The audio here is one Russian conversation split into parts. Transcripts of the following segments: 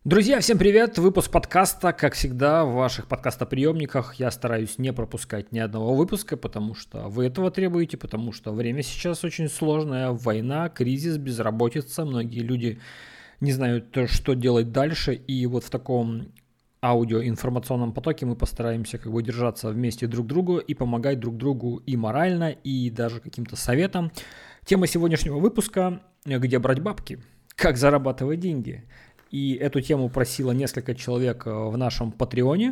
Друзья, всем привет! Выпуск подкаста, как всегда, в ваших подкастоприемниках. Я стараюсь не пропускать ни одного выпуска, потому что вы этого требуете, потому что время сейчас очень сложное, война, кризис, безработица, многие люди не знают, что делать дальше, и вот в таком аудиоинформационном потоке мы постараемся держаться вместе друг другу и помогать друг другу и морально, и даже каким-то советом. Тема сегодняшнего выпуска – где брать бабки, как зарабатывать деньги. И эту тему просило несколько человек в нашем Патреоне.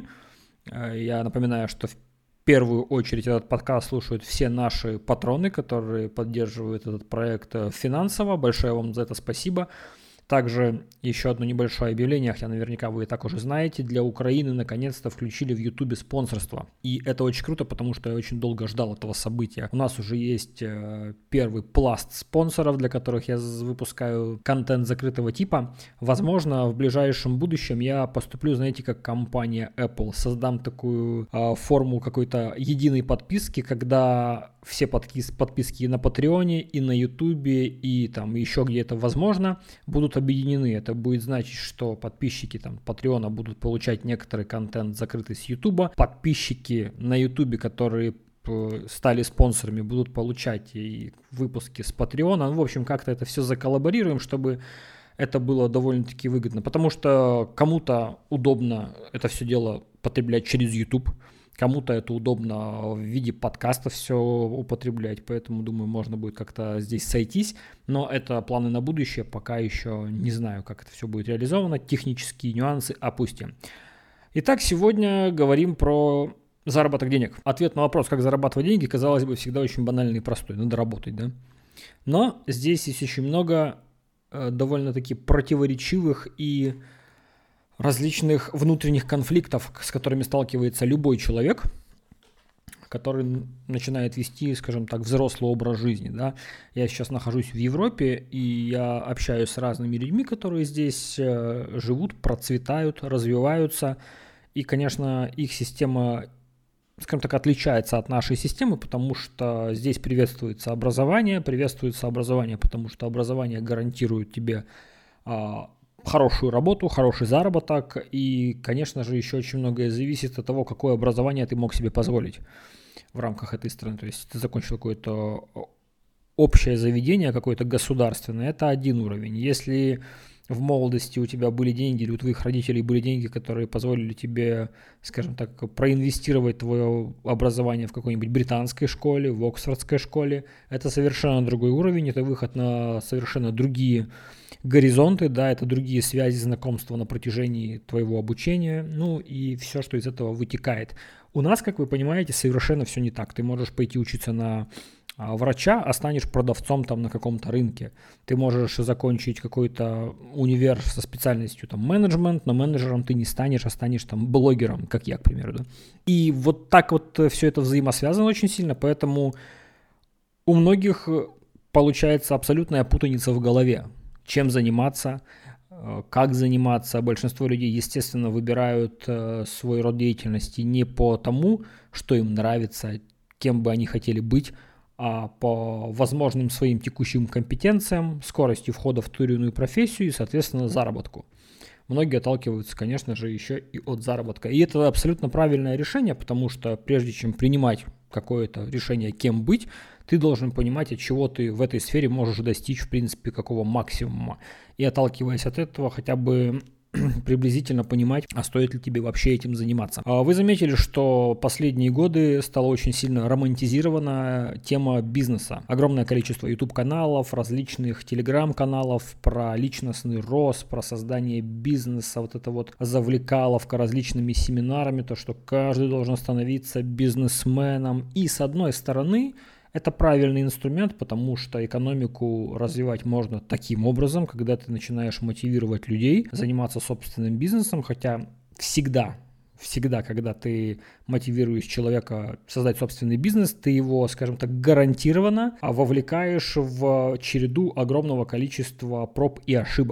Я напоминаю, что в первую очередь этот подкаст слушают все наши патроны, которые поддерживают этот проект финансово. Большое вам за это спасибо. Также еще одно небольшое объявление, хотя наверняка вы и так уже знаете. Для Украины наконец-то включили в Ютубе спонсорство. И это очень круто, потому что я очень долго ждал этого события. У нас уже есть первый пласт спонсоров, для которых я выпускаю контент закрытого типа. Возможно, в ближайшем будущем я поступлю, знаете, как компания Apple. Создам такую форму какой-то единой подписки, когда все подписки на Патреоне, и на Ютубе, и там еще где-то возможно будут объединены. Это будет значить, что подписчики Патреона будут получать некоторый контент закрытый с Ютуба. Подписчики на Ютубе, которые стали спонсорами, будут получать и выпуски с Патреона. В общем, как-то это все заколлаборируем, чтобы это было довольно-таки выгодно. Потому что кому-то удобно это все дело потреблять через YouTube, кому-то это удобно в виде подкаста все употреблять, поэтому, думаю, можно будет как-то здесь сойтись. Но это планы на будущее, пока еще не знаю, как это все будет реализовано. Технические нюансы опустим. Итак, сегодня говорим про заработок денег. Ответ на вопрос, как зарабатывать деньги, казалось бы, всегда очень банальный и простой. Надо работать, да? Но здесь есть очень много довольно-таки противоречивых и различных внутренних конфликтов, с которыми сталкивается любой человек, который начинает вести, скажем так, взрослый образ жизни. Да? Я сейчас нахожусь в Европе, и я общаюсь с разными людьми, которые здесь живут, процветают, развиваются. И, конечно, их система, скажем так, отличается от нашей системы, потому что здесь приветствуется образование, потому что образование гарантирует тебе хорошую работу, хороший заработок, и, конечно же, еще очень многое зависит от того, какое образование ты мог себе позволить в рамках этой страны. То есть ты закончил какое-то общее заведение, какое-то государственное, это один уровень. Если в молодости у тебя были деньги, или у твоих родителей были деньги, которые позволили тебе, скажем так, проинвестировать твое образование в какой-нибудь британской школе, в оксфордской школе, это совершенно другой уровень, это выход на совершенно другие горизонты, да, это другие связи, знакомства на протяжении твоего обучения, ну и все, что из этого вытекает. У нас, как вы понимаете, совершенно все не так. Ты можешь пойти учиться на врача, а станешь продавцом на каком-то рынке. Ты можешь закончить какой-то универ со специальностью менеджмент, но менеджером ты не станешь, а станешь блогером, как я, к примеру. Да? И вот так вот все это взаимосвязано очень сильно, поэтому у многих получается абсолютная путаница в голове. Чем заниматься, как заниматься. Большинство людей, естественно, выбирают свой род деятельности не по тому, что им нравится, кем бы они хотели быть, а по возможным своим текущим компетенциям, скорости входа в ту или иную профессию и, соответственно, заработку. Многие отталкиваются, конечно же, еще и от заработка. И это абсолютно правильное решение, потому что прежде чем принимать какое-то решение, кем быть, ты должен понимать, от чего ты в этой сфере можешь достичь, в принципе, какого максимума. И отталкиваясь от этого, хотя бы приблизительно понимать, а стоит ли тебе вообще этим заниматься. Вы заметили, что последние годы стала очень сильно романтизирована тема бизнеса. Огромное количество YouTube-каналов, различных Telegram-каналов про личностный рост, про создание бизнеса, вот это вот завлекаловка различными семинарами, то, что каждый должен становиться бизнесменом. И с одной стороны, это правильный инструмент, потому что экономику развивать можно таким образом, когда ты начинаешь мотивировать людей заниматься собственным бизнесом, хотя всегда, когда ты мотивируешь человека создать собственный бизнес, ты его, скажем так, гарантированно вовлекаешь в череду огромного количества проб и ошибок.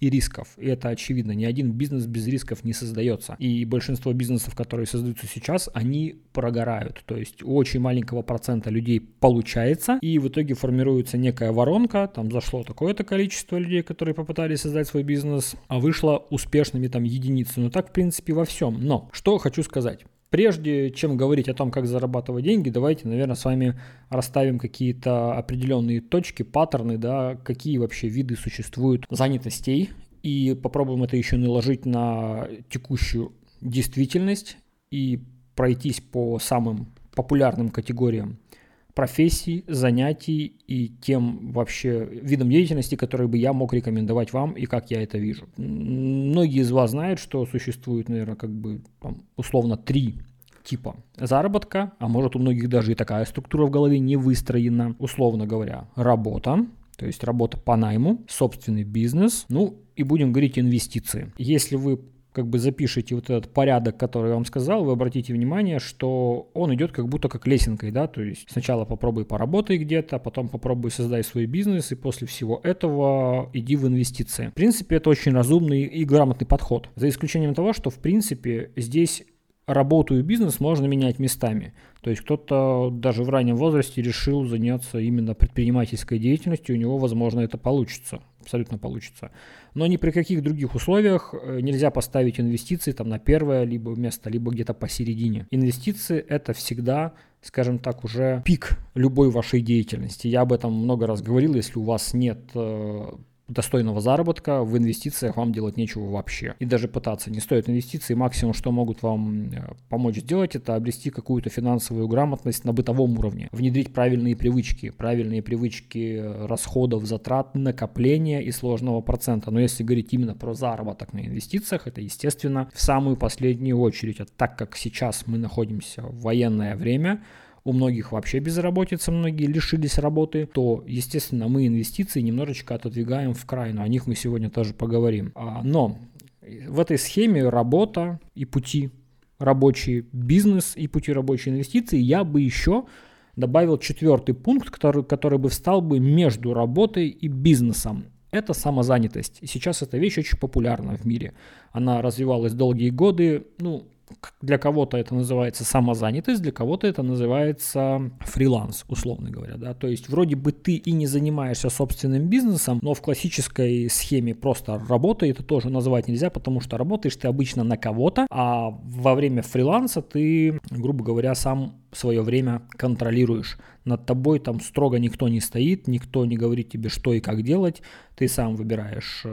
и рисков. И это очевидно. Ни один бизнес без рисков не создается. И большинство бизнесов, которые создаются сейчас, они прогорают. То есть у очень маленького процента людей получается, и в итоге формируется некая воронка. Там зашло такое-то количество людей, которые попытались создать свой бизнес, а вышло успешными там единицы. Ну так, в принципе, во всем. Но что хочу сказать. Прежде чем говорить о том, как зарабатывать деньги, давайте, наверное, с вами расставим какие-то определенные точки, паттерны, да, какие вообще виды существуют занятостей, и попробуем это еще наложить на текущую действительность и пройтись по самым популярным категориям профессий, занятий и тем вообще видам деятельности, которые бы я мог рекомендовать вам и как я это вижу. Многие из вас знают, что существует, наверное, как бы условно 3 типа заработка, а может у многих даже и такая структура в голове не выстроена. Условно говоря, работа, то есть работа по найму, собственный бизнес, ну и будем говорить инвестиции. Если вы как бы запишите вот этот порядок, который я вам сказал, вы обратите внимание, что он идет как будто как лесенкой, да, то есть сначала попробуй поработай где-то, потом попробуй создай свой бизнес, и после всего этого иди в инвестиции. В принципе, это очень разумный и грамотный подход, за исключением того, что в принципе здесь работу и бизнес можно менять местами. То есть кто-то даже в раннем возрасте решил заняться именно предпринимательской деятельностью, у него, возможно, это получится, абсолютно получится. Но ни при каких других условиях нельзя поставить инвестиции там на первое либо место, либо где-то посередине. Инвестиции – это всегда, скажем так, уже пик любой вашей деятельности. Я об этом много раз говорил, если у вас нет достойного заработка, в инвестициях вам делать нечего вообще. И даже пытаться не стоит инвестиций. Максимум, что могут вам помочь сделать, это обрести какую-то финансовую грамотность на бытовом уровне. Внедрить правильные привычки расходов, затрат, накопления и сложного процента. Но если говорить именно про заработок на инвестициях, это, естественно, в самую последнюю очередь. А так как сейчас мы находимся в военное время, у многих вообще безработица, многие лишились работы, то, естественно, мы инвестиции немножечко отодвигаем в край, но о них мы сегодня тоже поговорим. Но в этой схеме работа и пути рабочие, бизнес и пути рабочие инвестиции я бы еще добавил 4-й пункт, который бы встал бы между работой и бизнесом. Это самозанятость. И сейчас эта вещь очень популярна в мире. Она развивалась долгие годы, для кого-то это называется самозанятость, для кого-то это называется фриланс, условно говоря, да, то есть вроде бы ты и не занимаешься собственным бизнесом, но в классической схеме просто работой это тоже назвать нельзя, потому что работаешь ты обычно на кого-то, а во время фриланса ты, грубо говоря, сам свое время контролируешь. Над тобой там строго никто не стоит, никто не говорит тебе, что и как делать, ты сам выбираешь,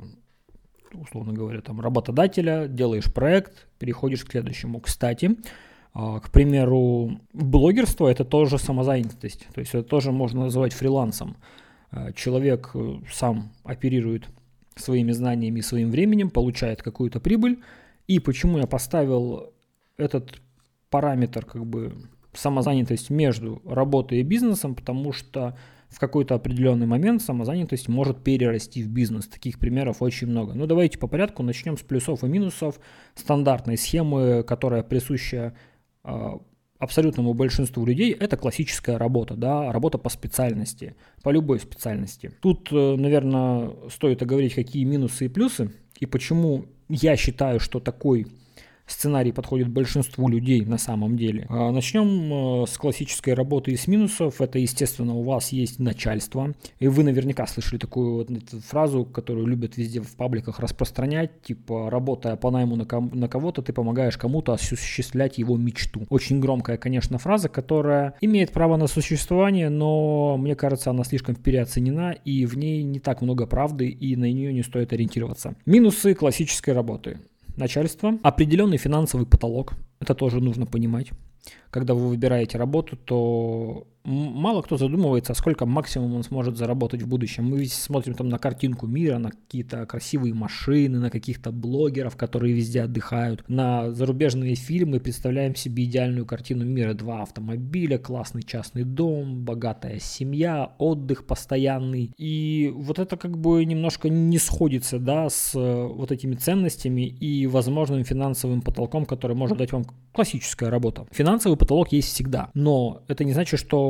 условно говоря, там работодателя, делаешь проект, переходишь к следующему. Кстати, к примеру, блогерство – это тоже самозанятость, то есть это тоже можно называть фрилансом. Человек сам оперирует своими знаниями и своим временем, получает какую-то прибыль. И почему я поставил этот параметр, как бы самозанятость между работой и бизнесом, потому что в какой-то определенный момент самозанятость может перерасти в бизнес. Таких примеров очень много. Но давайте по порядку начнем с плюсов и минусов стандартной схемы, которая присуща абсолютному большинству людей. Это классическая работа, да, работа по специальности, по любой специальности. Тут, наверное, стоит оговорить, какие минусы и плюсы, и почему я считаю, что такой сценарий подходит большинству людей на самом деле. Начнем с классической работы и с минусов. Это, естественно, у вас есть начальство. И вы наверняка слышали такую вот фразу, которую любят везде в пабликах распространять. Типа, работая по найму на кого-то, ты помогаешь кому-то осуществлять его мечту. Очень громкая, конечно, фраза, которая имеет право на существование, но мне кажется, она слишком переоценена, и в ней не так много правды, и на нее не стоит ориентироваться. Минусы классической работы. Начальство, определенный финансовый потолок, это тоже нужно понимать. Когда вы выбираете работу, то мало кто задумывается, сколько максимум он сможет заработать в будущем. Мы ведь смотрим там на картинку мира, на какие-то красивые машины, на каких-то блогеров, которые везде отдыхают, на зарубежные фильмы, представляем себе идеальную картину мира. 2 автомобиля, классный частный дом, богатая семья, отдых постоянный. И вот это как бы немножко не сходится, да, с вот этими ценностями и возможным финансовым потолком, который может дать вам классическая работа. Финансовый потолок есть всегда, но это не значит, что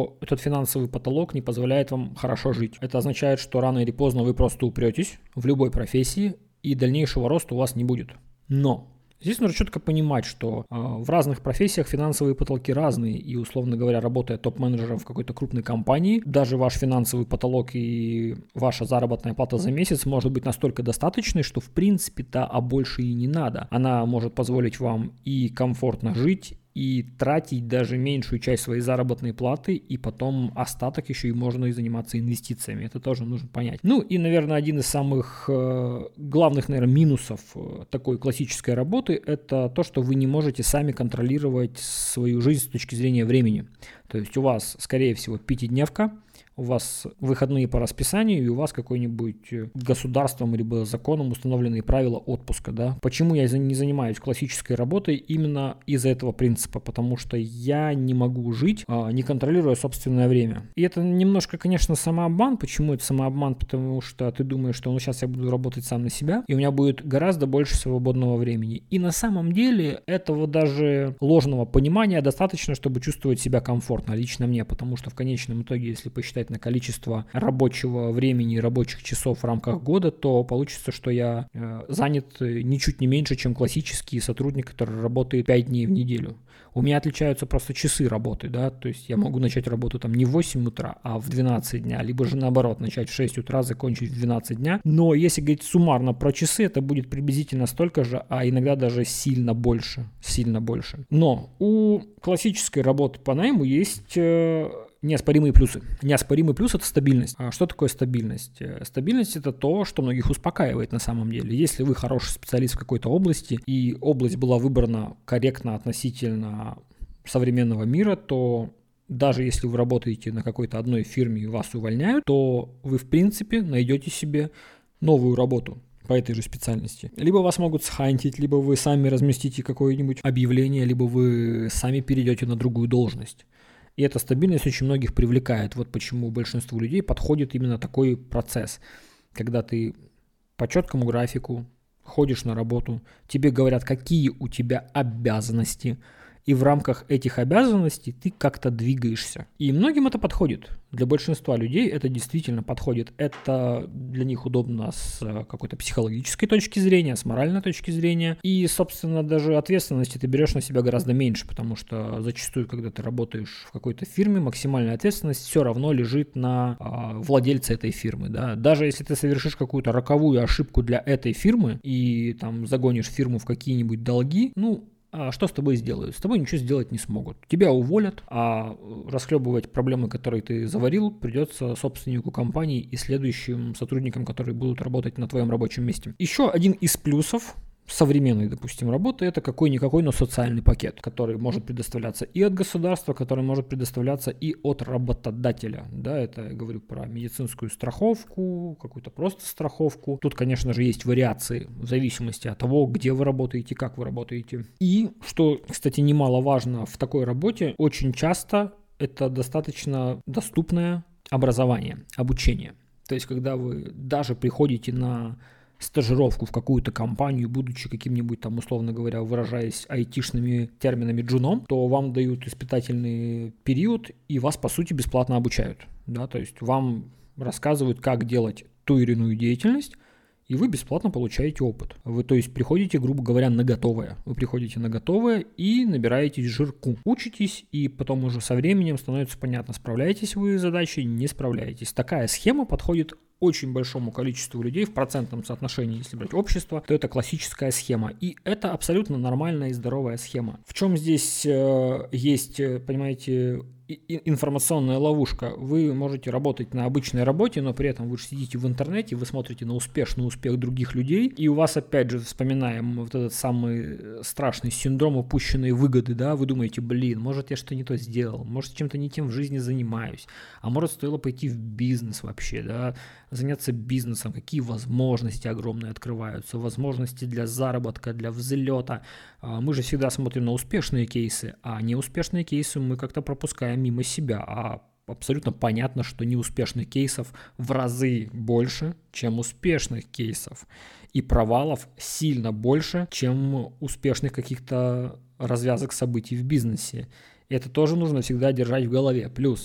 что этот финансовый потолок не позволяет вам хорошо жить. Это означает, что рано или поздно вы просто упретесь в любой профессии, и дальнейшего роста у вас не будет. Но здесь нужно четко понимать, что в разных профессиях финансовые потолки разные, и, условно говоря, работая топ-менеджером в какой-то крупной компании, даже ваш финансовый потолок и ваша заработная плата за месяц может быть настолько достаточной, что в принципе-то, а больше и не надо. Она может позволить вам и комфортно жить, и тратить даже меньшую часть своей заработной платы, и потом остаток еще и можно и заниматься инвестициями. Это тоже нужно понять. Ну и, наверное, один из самых главных, наверное, минусов такой классической работы – это то, что вы не можете сами контролировать свою жизнь с точки зрения времени. То есть у вас, скорее всего, пятидневка, у вас выходные по расписанию, и у вас какой-нибудь государством либо законом установленные правила отпуска. Да? Почему я не занимаюсь классической работой? Именно из-за этого принципа, потому что я не могу жить, не контролируя собственное время. И это немножко, конечно, самообман. Почему это самообман? Потому что ты думаешь, что сейчас я буду работать сам на себя, и у меня будет гораздо больше свободного времени. И на самом деле этого даже ложного понимания достаточно, чтобы чувствовать себя комфортно, лично мне, потому что в конечном итоге, если посчитать на количество рабочего времени и рабочих часов в рамках года, то получится, что я занят ничуть не меньше, чем классический сотрудник, который работает 5 дней в неделю. У меня отличаются просто часы работы, да, то есть я могу начать работу там не в 8 утра, а в 12 дня, либо же наоборот, начать в 6 утра, закончить в 12 дня. Но если говорить суммарно про часы, это будет приблизительно столько же, а иногда даже сильно больше, сильно больше. Но у классической работы по найму есть неоспоримые плюсы. Неоспоримый плюс – это стабильность. А что такое стабильность? Стабильность – это то, что многих успокаивает на самом деле. Если вы хороший специалист в какой-то области, и область была выбрана корректно относительно современного мира, то даже если вы работаете на какой-то одной фирме и вас увольняют, то вы в принципе найдете себе новую работу по этой же специальности. Либо вас могут схантить, либо вы сами разместите какое-нибудь объявление, либо вы сами перейдете на другую должность. И эта стабильность очень многих привлекает. Вот почему большинству людей подходит именно такой процесс. Когда ты по четкому графику ходишь на работу, тебе говорят, какие у тебя обязанности, и в рамках этих обязанностей ты как-то двигаешься. И многим это подходит. Для большинства людей это действительно подходит. Это для них удобно с какой-то психологической точки зрения, с моральной точки зрения. И, собственно, даже ответственности ты берешь на себя гораздо меньше, потому что зачастую, когда ты работаешь в какой-то фирме, максимальная ответственность все равно лежит на владельце этой фирмы. Да? Даже если ты совершишь какую-то роковую ошибку для этой фирмы и там загонишь фирму в какие-нибудь долги, а что с тобой сделают? С тобой ничего сделать не смогут. Тебя уволят, а расхлебывать проблемы, которые ты заварил, придется собственнику компании и следующим сотрудникам, которые будут работать на твоем рабочем месте. Еще один из плюсов современной, допустим, работы – это какой-никакой, но социальный пакет, который может предоставляться и от государства, который может предоставляться и от работодателя. Да, это я говорю про медицинскую страховку, какую-то просто страховку. Тут, конечно же, есть вариации в зависимости от того, где вы работаете, как вы работаете. И, что, кстати, немаловажно в такой работе, очень часто это достаточно доступное образование, обучение. То есть, когда вы даже приходите на стажировку в какую-то компанию, будучи каким-нибудь там, условно говоря, выражаясь айтишными терминами джуном, то вам дают испытательный период и вас, по сути, бесплатно обучают. Да? То есть вам рассказывают, как делать ту или иную деятельность, и вы бесплатно получаете опыт. Вы, то есть, приходите, грубо говоря, на готовое. Вы приходите на готовое и набираетесь жирку. Учитесь, и потом уже со временем становится понятно, справляетесь вы с задачей, не справляетесь. Такая схема подходит очень большому количеству людей в процентном соотношении, если брать общество, то это классическая схема. И это абсолютно нормальная и здоровая схема. В чем здесь есть, понимаете, информационная ловушка? Вы можете работать на обычной работе, но при этом вы же сидите в интернете, вы смотрите на успешный успех других людей, и у вас опять же вспоминаем вот этот самый страшный синдром упущенной выгоды, да, вы думаете, может я что-то не то сделал, может чем-то не тем в жизни занимаюсь, а может стоило пойти в бизнес вообще, да, заняться бизнесом, какие возможности огромные открываются, возможности для заработка, для взлета. Мы же всегда смотрим на успешные кейсы, а неуспешные кейсы мы как-то пропускаем мимо себя, а абсолютно понятно, что неуспешных кейсов в разы больше, чем успешных кейсов, и провалов сильно больше, чем успешных каких-то развязок событий в бизнесе. И это тоже нужно всегда держать в голове. Плюс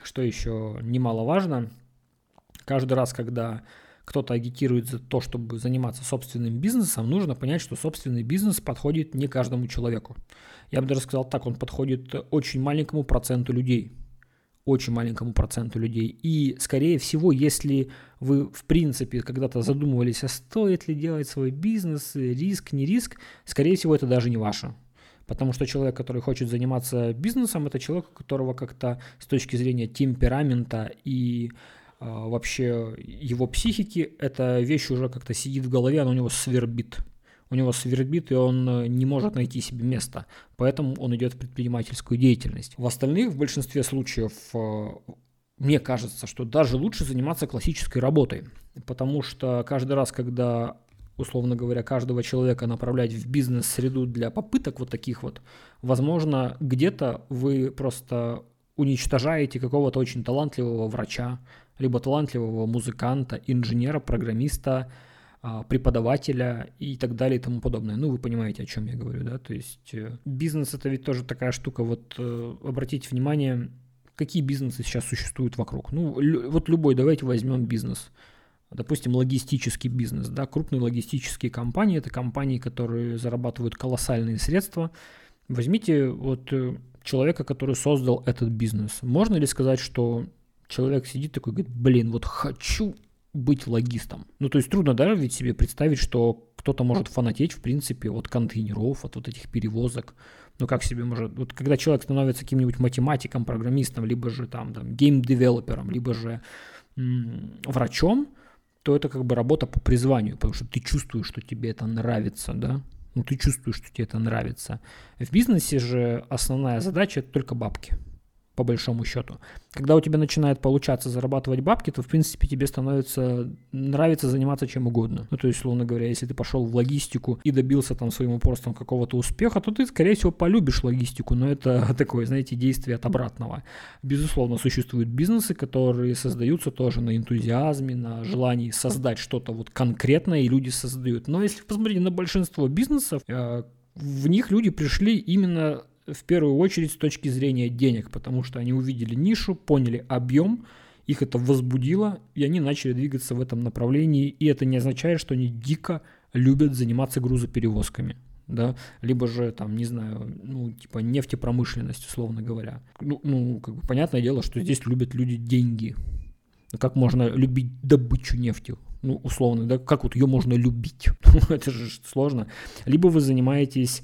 Что еще немаловажно, каждый раз, когда кто-то агитирует за то, чтобы заниматься собственным бизнесом, нужно понять, что собственный бизнес подходит не каждому человеку. Я бы даже сказал так, он подходит очень маленькому проценту людей. Очень маленькому проценту людей. И, скорее всего, если вы, в принципе, когда-то задумывались, а стоит ли делать свой бизнес, риск, не риск, скорее всего, это даже не ваше. Потому что человек, который хочет заниматься бизнесом, это человек, у которого как-то с точки зрения темперамента и вообще его психики, эта вещь уже как-то сидит в голове, она у него свербит. У него свербит, и он не может найти себе места. Поэтому он идет в предпринимательскую деятельность. В остальных, в большинстве случаев, мне кажется, что даже лучше заниматься классической работой. Потому что каждый раз, когда, условно говоря, каждого человека направлять в бизнес-среду для попыток вот таких вот, возможно, где-то вы просто уничтожаете какого-то очень талантливого врача, либо талантливого музыканта, инженера, программиста, преподавателя и так далее и тому подобное. Ну, вы понимаете, о чем я говорю, да? То есть бизнес – это ведь тоже такая штука. Вот обратите внимание, какие бизнесы сейчас существуют вокруг. Ну, вот любой, давайте возьмем бизнес. Допустим, логистический бизнес, да? Крупные логистические компании – это компании, которые зарабатывают колоссальные средства. Возьмите вот человека, который создал этот бизнес. Можно ли сказать, что человек сидит такой, говорит, блин, вот хочу быть логистом. Ну, то есть трудно даже ведь себе представить, что кто-то может фанатеть, в принципе, от контейнеров, от вот этих перевозок. Ну, как себе может... Вот когда человек становится каким-нибудь математиком, программистом, либо же там гейм-девелопером, либо же врачом, то это как бы работа по призванию, потому что ты чувствуешь, что тебе это нравится, да? Ну, ты чувствуешь, что тебе это нравится. В бизнесе же основная задача – это только бабки. По большому счету. Когда у тебя начинает получаться зарабатывать бабки, то, в принципе, тебе становится нравится заниматься чем угодно. Ну, то есть, условно говоря, если ты пошел в логистику и добился там своим упорством какого-то успеха, то ты, скорее всего, полюбишь логистику, но это такое, знаете, действие от обратного. Безусловно, существуют бизнесы, которые создаются тоже на энтузиазме, на желании создать что-то вот конкретное, и люди создают. Но если посмотреть на большинство бизнесов, в них люди пришли именно в первую очередь с точки зрения денег, потому что они увидели нишу, поняли объем, их это возбудило, и они начали двигаться в этом направлении, и это не означает, что они дико любят заниматься грузоперевозками, да, либо же там, не знаю, ну, типа нефтепромышленность, условно говоря. Ну, как бы понятное дело, что здесь любят люди деньги. Как можно любить добычу нефти? Ну, условно, да, как вот ее можно любить? Это же сложно. Либо вы занимаетесь...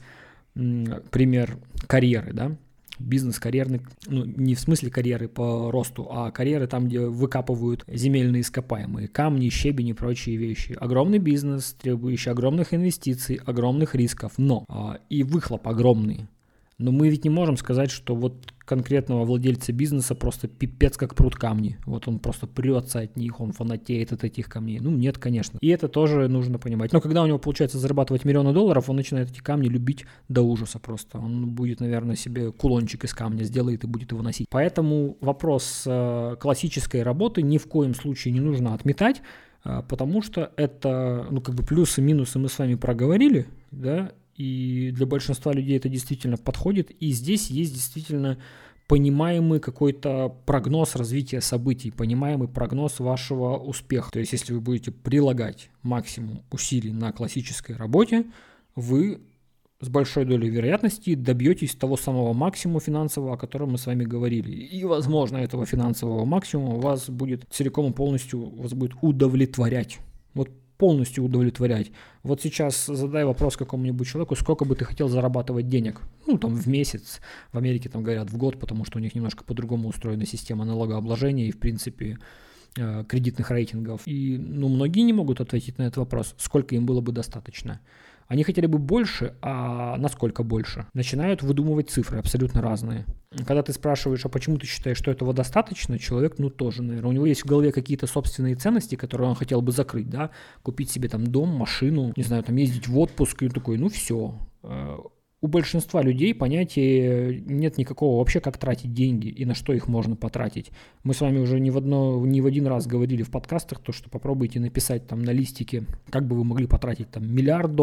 пример карьеры, да, бизнес карьерный, ну, не в смысле карьеры по росту, а карьеры там, где выкапывают земельные ископаемые, камни, щебень и прочие вещи. Огромный бизнес, требующий огромных инвестиций, огромных рисков, но и выхлоп огромный. Но мы ведь не можем сказать, что вот конкретного владельца бизнеса просто пипец как прут камни. Вот он просто прется от них, он фанатеет от этих камней. Ну нет, конечно. И это тоже нужно понимать. Но когда у него получается зарабатывать миллионы долларов, он начинает эти камни любить до ужаса просто. Он будет, наверное, себе кулончик из камня сделает и будет его носить. Поэтому вопрос классической работы ни в коем случае не нужно отметать, потому что это, ну, как бы плюсы и минусы мы с вами проговорили, да, и для большинства людей это действительно подходит, и здесь есть действительно понимаемый какой-то прогноз развития событий, понимаемый прогноз вашего успеха. То есть, если вы будете прилагать максимум усилий на классической работе, вы с большой долей вероятности добьетесь того самого максимума финансового, о котором мы с вами говорили. И, возможно, этого финансового максимума вас будет целиком и полностью вас будет удовлетворять. Вот полностью удовлетворять. Вот сейчас задай вопрос какому-нибудь человеку, сколько бы ты хотел зарабатывать денег. Ну, там, в месяц. В Америке там говорят в год, потому что у них немножко по-другому устроена система налогообложения и, в принципе, кредитных рейтингов. И, ну, многие не могут ответить на этот вопрос, сколько им было бы достаточно. Они хотели бы больше, а насколько больше? Начинают выдумывать цифры абсолютно разные. Когда ты спрашиваешь, а почему ты считаешь, что этого достаточно, человек, ну, тоже, наверное, у него есть в голове какие-то собственные ценности, которые он хотел бы закрыть, да, купить себе там дом, машину, не знаю, там ездить в отпуск, и такой, ну, все. у большинства людей понятия нет никакого вообще, как тратить деньги и на что их можно потратить. Мы с вами уже не в один раз говорили в подкастах, то, что попробуйте написать там на листике, как бы вы могли потратить там $1 миллиард,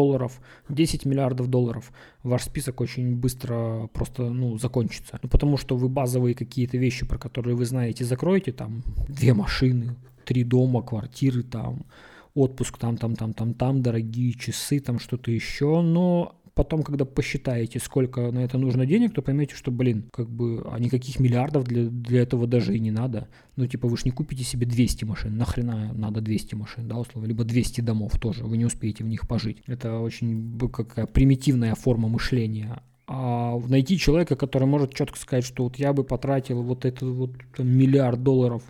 10 миллиардов долларов. Ваш список очень быстро просто закончится. Потому что вы базовые какие-то вещи, про которые вы знаете, закроете, там 2 машины, 3 дома, квартиры, там отпуск, там, дорогие часы, там что-то еще, но потом, когда посчитаете, сколько на это нужно денег, то поймете, что, а никаких миллиардов для этого даже и не надо. Вы же не купите себе 200 машин, нахрена надо 200 машин, да, условно, либо 200 домов тоже, вы не успеете в них пожить. Это очень какая примитивная форма мышления. А найти человека, который может четко сказать, что вот я бы потратил вот это вот $1 миллиард,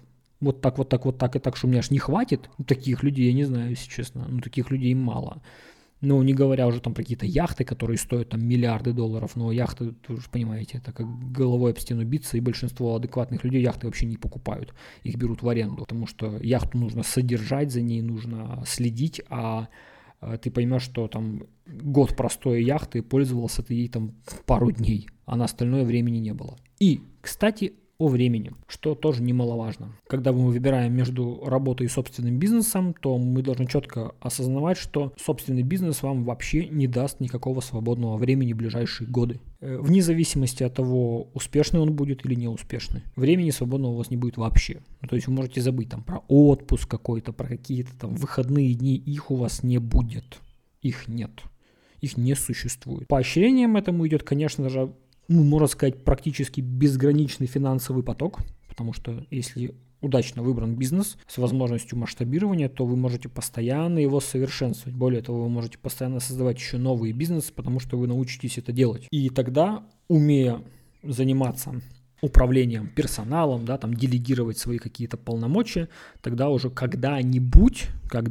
вот так, и так, что у меня аж не хватит. Таких людей я не знаю, если честно. Таких людей мало. Не говоря уже там про какие-то яхты, которые стоят там миллиарды долларов. Но яхты, вы же понимаете, это как головой об стену биться. И большинство адекватных людей яхты вообще не покупают. Их берут в аренду. Потому что яхту нужно содержать, за ней нужно следить. А ты поймешь, что там год простой яхты, пользовался ты ей там пару дней. А на остальное времени не было. И, кстати, о времени, что тоже немаловажно. Когда мы выбираем между работой и собственным бизнесом, то мы должны четко осознавать, что собственный бизнес вам вообще не даст никакого свободного времени в ближайшие годы. Вне зависимости от того, успешный он будет или неуспешный. Времени свободного у вас не будет вообще. То есть вы можете забыть там про отпуск какой-то, про какие-то там выходные дни, их у вас не будет. Их нет. Их не существует. Поощрением этому идет, конечно же, можно сказать, практически безграничный финансовый поток, потому что если удачно выбран бизнес с возможностью масштабирования, то вы можете постоянно его совершенствовать. Более того, вы можете постоянно создавать еще новые бизнесы, потому что вы научитесь это делать. И тогда, умея заниматься управлением персоналом, да, там делегировать свои какие-то полномочия, тогда уже когда-нибудь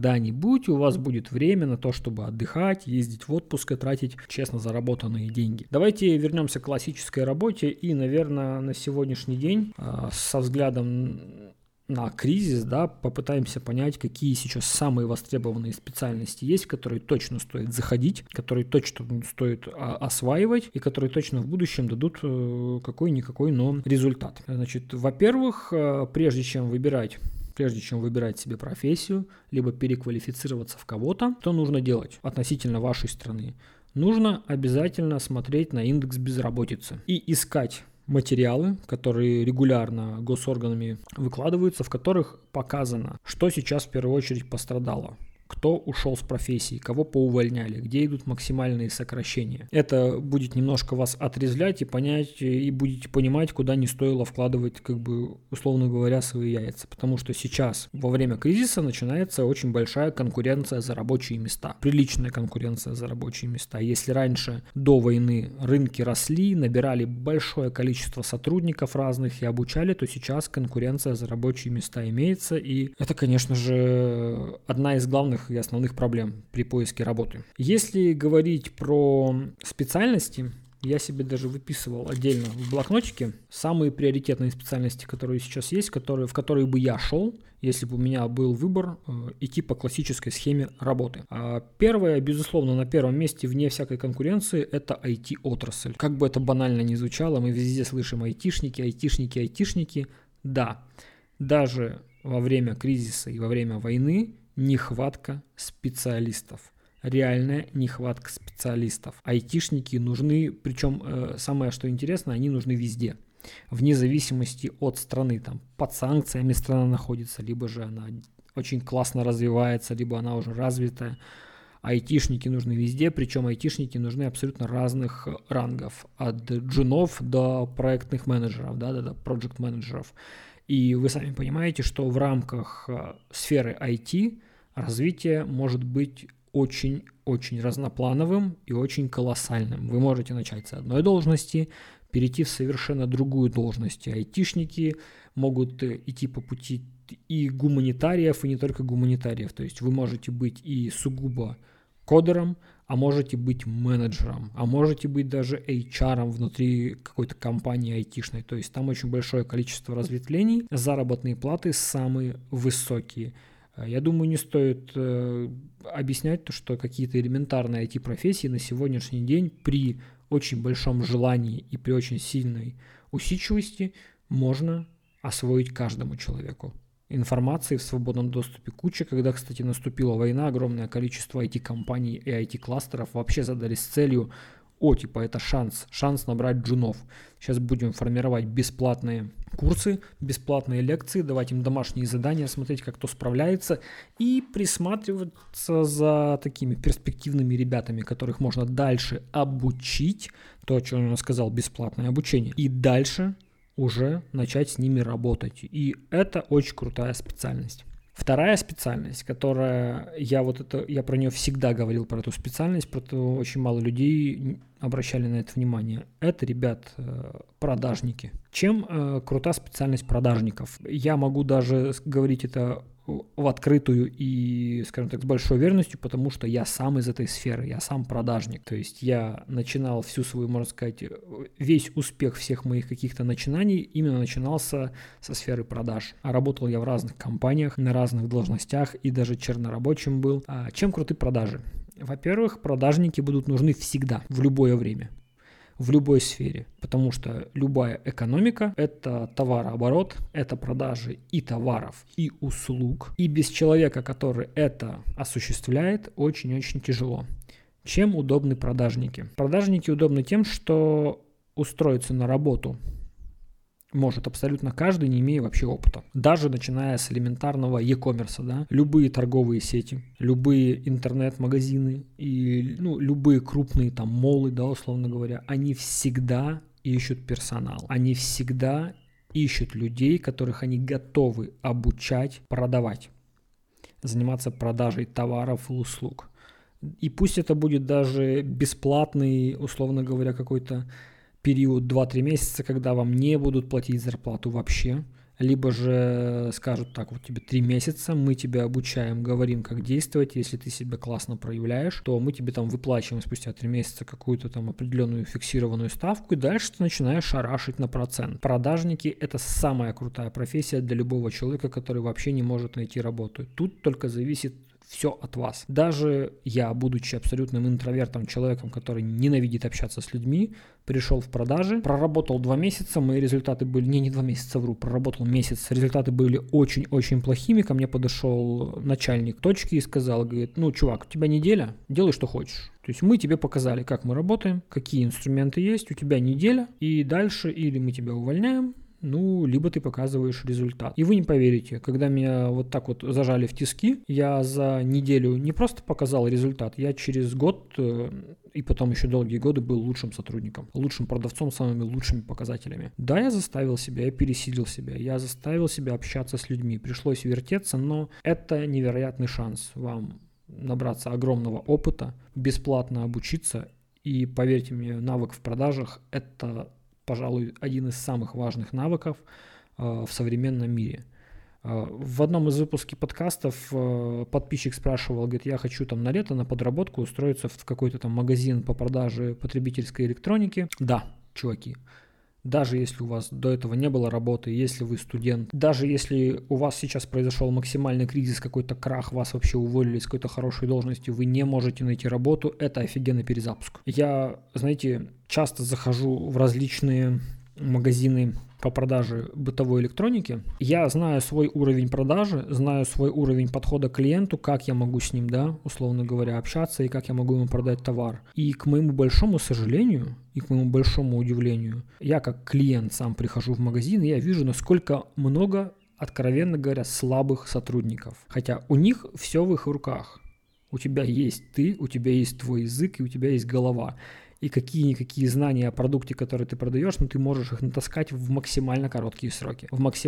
у вас будет время на то, чтобы отдыхать, ездить в отпуск и тратить честно заработанные деньги. Давайте вернемся к классической работе и, наверное, на сегодняшний день со взглядом на кризис, да, попытаемся понять, какие сейчас самые востребованные специальности есть, в которые точно стоит заходить, которые точно стоит осваивать и которые точно в будущем дадут какой-никакой, но результат. Значит, во-первых, прежде чем выбирать себе профессию, либо переквалифицироваться в кого-то, что нужно делать относительно вашей страны? Нужно обязательно смотреть на индекс безработицы и искать материалы, которые регулярно госорганами выкладываются, в которых показано, что сейчас в первую очередь пострадало. Кто ушел с профессии, кого поувольняли, где идут максимальные сокращения. Это будет немножко вас отрезвлять и понять, и будете понимать, куда не стоило вкладывать, условно говоря, свои яйца. Потому что сейчас, во время кризиса, начинается очень большая конкуренция за рабочие места. Приличная конкуренция за рабочие места. Если раньше, до войны, рынки росли, набирали большое количество сотрудников разных и обучали, то сейчас конкуренция за рабочие места имеется. И это, конечно же, одна из главных и основных проблем при поиске работы. Если говорить про специальности, я себе даже выписывал отдельно в блокнотике самые приоритетные специальности, которые сейчас есть, в которые бы я шел, если бы у меня был выбор идти по классической схеме работы. Первое, безусловно, на первом месте вне всякой конкуренции, это IT-отрасль. Как бы это банально ни звучало, мы везде слышим айтишники. Да, даже во время кризиса и во время войны нехватка специалистов. Реальная нехватка специалистов. Айтишники нужны, причем самое что интересно, они нужны везде. Вне зависимости от страны. Там, под санкциями страна находится, либо же она очень классно развивается, либо она уже развитая. Айтишники нужны везде, причем айтишники нужны абсолютно разных рангов. От джунов до проектных менеджеров, до проект-менеджеров. И вы сами понимаете, что в рамках сферы IT развитие может быть очень-очень разноплановым и очень колоссальным. Вы можете начать с одной должности, перейти в совершенно другую должность. Айтишники могут идти по пути и гуманитариев, и не только гуманитариев. То есть вы можете быть и сугубо кодером, а можете быть менеджером, а можете быть даже HR внутри какой-то компании айтишной. То есть там очень большое количество разветвлений, заработные платы самые высокие. Я думаю, не стоит объяснять то, что какие-то элементарные IT-профессии на сегодняшний день при очень большом желании и при очень сильной усидчивости можно освоить каждому человеку. Информации в свободном доступе куча. Когда, кстати, наступила война, огромное количество IT-компаний и IT-кластеров вообще задались целью: это шанс набрать джунов. Сейчас будем формировать бесплатные курсы, бесплатные лекции, давать им домашние задания, смотреть, как кто справляется, и присматриваться за такими перспективными ребятами, которых можно дальше обучить, то, о чем я сказал, бесплатное обучение, и дальше уже начать с ними работать. И это очень крутая специальность. Вторая специальность, которая, я про нее всегда говорил, про эту специальность, очень мало людей обращали на это внимание. Это, ребят, продажники. Чем крута специальность продажников? Я могу даже говорить это в открытую и, скажем так, с большой уверенностью, потому что я сам из этой сферы, я сам продажник. То есть я начинал всю свою, можно сказать, весь успех всех моих каких-то начинаний именно начинался со сферы продаж. А работал я в разных компаниях, на разных должностях и даже чернорабочим был. Чем круты продажи? Во-первых, продажники будут нужны всегда, в любое время, в любой сфере, потому что любая экономика – это товарооборот, это продажи и товаров, и услуг. И без человека, который это осуществляет, очень-очень тяжело. Чем удобны продажники? Продажники удобны тем, что устроиться на работу может абсолютно каждый, не имея вообще опыта. Даже начиная с элементарного e-commerce, да, любые торговые сети, любые интернет-магазины и любые крупные там моллы, да, условно говоря, они всегда ищут персонал. Они всегда ищут людей, которых они готовы обучать, продавать, заниматься продажей товаров и услуг. И пусть это будет даже бесплатный, условно говоря, какой-то период 2-3 месяца, когда вам не будут платить зарплату вообще, либо же скажут так: вот тебе 3 месяца, мы тебя обучаем, говорим, как действовать, если ты себя классно проявляешь, то мы тебе там выплачиваем спустя 3 месяца какую-то там определенную фиксированную ставку, и дальше ты начинаешь шарашить на процент. Продажники – это самая крутая профессия для любого человека, который вообще не может найти работу. Тут только зависит все от вас. Даже я, будучи абсолютным интровертом, человеком, который ненавидит общаться с людьми, пришел в продажи, проработал 2 месяца, мои результаты были, не 2 месяца, проработал месяц, результаты были очень-очень плохими. Ко мне подошел начальник точки и сказал, говорит: чувак, у тебя неделя, делай, что хочешь. То есть мы тебе показали, как мы работаем, какие инструменты есть, у тебя неделя, и дальше или мы тебя увольняем, либо ты показываешь результат. И вы не поверите, когда меня вот так вот зажали в тиски, я за неделю не просто показал результат, я через год и потом еще долгие годы был лучшим сотрудником, лучшим продавцом с самыми лучшими показателями. Да, я заставил себя, я пересилил себя, я заставил себя общаться с людьми, пришлось вертеться, но это невероятный шанс вам набраться огромного опыта, бесплатно обучиться, и поверьте мне, навык в продажах – это, пожалуй, один из самых важных навыков в современном мире. В одном из выпусков подкастов подписчик спрашивал, говорит: я хочу там на лето на подработку устроиться в какой-то там магазин по продаже потребительской электроники. Да, чуваки, даже если у вас до этого не было работы, если вы студент, даже если у вас сейчас произошел максимальный кризис, какой-то крах, вас вообще уволили с какой-то хорошей должности, вы не можете найти работу, это офигенный перезапуск. Я, часто захожу в различные магазины по продаже бытовой электроники. Я знаю свой уровень продажи, знаю свой уровень подхода к клиенту, как я могу с ним, условно говоря, общаться и как я могу ему продать товар. И к моему большому сожалению и к моему большому удивлению, я как клиент сам прихожу в магазин, и я вижу, насколько много, откровенно говоря, слабых сотрудников. Хотя у них все в их руках. У тебя есть ты, у тебя есть твой язык и у тебя есть голова. И какие-никакие знания о продукте, который ты продаешь, ты можешь их натаскать в максимально короткие сроки.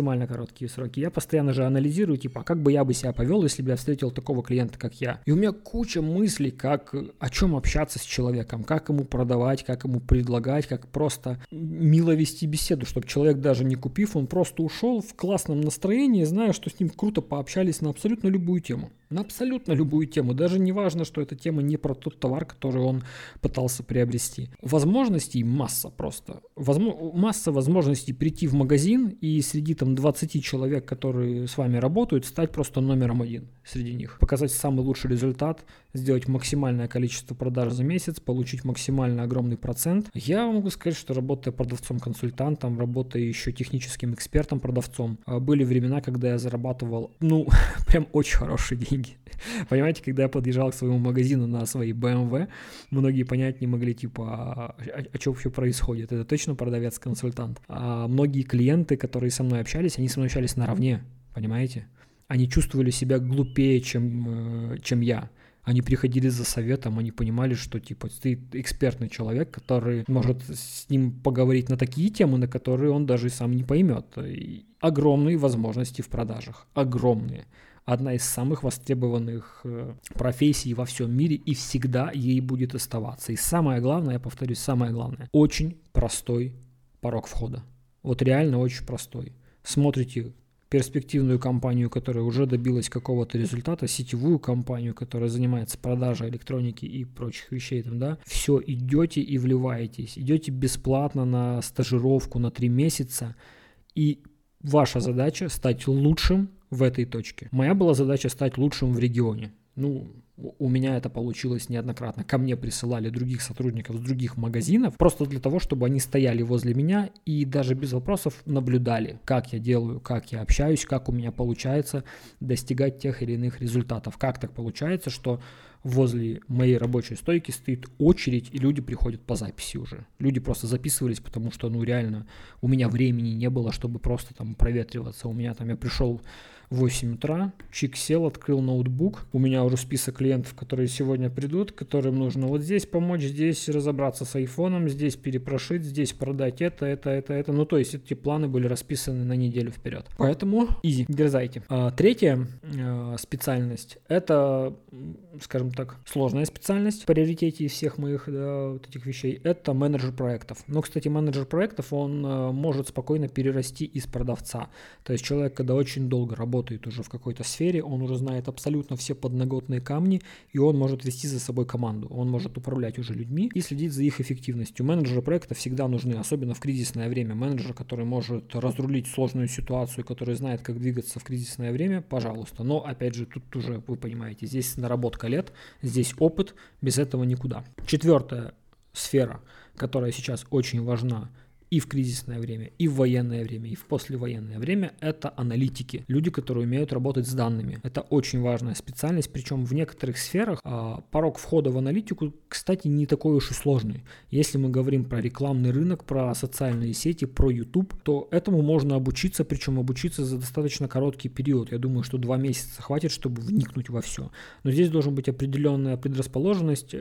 Я постоянно же анализирую, как бы я бы себя повел, если бы я встретил такого клиента, как я. И у меня куча мыслей, о чем общаться с человеком, как ему продавать, как ему предлагать, как просто мило вести беседу, чтобы человек, даже не купив, он просто ушел в классном настроении, зная, что с ним круто пообщались на абсолютно любую тему. на абсолютно любую тему. Даже не важно, что эта тема не про тот товар, который он пытался приобрести. Возможностей масса просто. Масса возможностей прийти в магазин и среди там 20 человек, которые с вами работают, стать просто номером один среди них. Показать самый лучший результат, сделать максимальное количество продаж за месяц, получить максимально огромный процент. Я могу сказать, что работая продавцом-консультантом, работая еще техническим экспертом-продавцом, были времена, когда я зарабатывал, прям очень хорошие деньги. Понимаете, когда я подъезжал к своему магазину на своей BMW, многие понять не могли, типа, а что вообще происходит? Это точно продавец-консультант? А многие клиенты, которые со мной общались, они со мной общались наравне, понимаете? Они чувствовали себя глупее, чем я. Они приходили за советом, они понимали, что типа ты экспертный человек, который может с ним поговорить на такие темы, на которые он даже и сам не поймет. И огромные возможности в продажах, огромные. Одна из самых востребованных профессий во всем мире и всегда ей будет оставаться. И самое главное, я повторюсь, самое главное, очень простой порог входа. Вот реально очень простой. Смотрите перспективную компанию, которая уже добилась какого-то результата, сетевую компанию, которая занимается продажей электроники и прочих вещей, все, идете и вливаетесь, идете бесплатно на стажировку на 3 месяца, и ваша задача стать лучшим в этой точке. Моя была задача стать лучшим в регионе. У меня это получилось неоднократно. Ко мне присылали других сотрудников с других магазинов, просто для того, чтобы они стояли возле меня и даже без вопросов наблюдали, как я делаю, как я общаюсь, как у меня получается достигать тех или иных результатов. Как так получается, что возле моей рабочей стойки стоит очередь, и люди приходят по записи уже. Люди просто записывались, потому что, реально, у меня времени не было, чтобы просто там проветриваться. Я пришел в 8 утра, сел, открыл ноутбук. У меня уже список клиентов, которые сегодня придут, которым нужно вот здесь помочь, здесь разобраться с айфоном, здесь перепрошить, здесь продать это. То есть эти планы были расписаны на неделю вперед. Поэтому easy, дерзайте. Третья специальность – это, скажем так, сложная специальность в приоритете из всех моих вот этих вещей. Это менеджер проектов. Но, кстати, менеджер проектов, он может спокойно перерасти из продавца. То есть человек, когда очень долго работает уже в какой-то сфере, он уже знает абсолютно все подноготные камни, и он может вести за собой команду. Он может управлять уже людьми и следить за их эффективностью. Менеджеры проекта всегда нужны, особенно в кризисное время. Менеджер, который может разрулить сложную ситуацию, который знает, как двигаться в кризисное время, пожалуйста. Но, опять же, тут уже, вы понимаете, здесь наработка лет, здесь опыт, без этого никуда. Четвертая сфера, которая сейчас очень важна и в кризисное время, и в военное время, и в послевоенное время, это аналитики. Люди, которые умеют работать с данными. Это очень важная специальность, причем в некоторых сферах порог входа в аналитику, кстати, не такой уж и сложный. Если мы говорим про рекламный рынок, про социальные сети, про YouTube, то этому можно обучиться, причем обучиться за достаточно короткий период. Я думаю, что 2 месяца хватит, чтобы вникнуть во все. Но здесь должен быть определенная предрасположенность,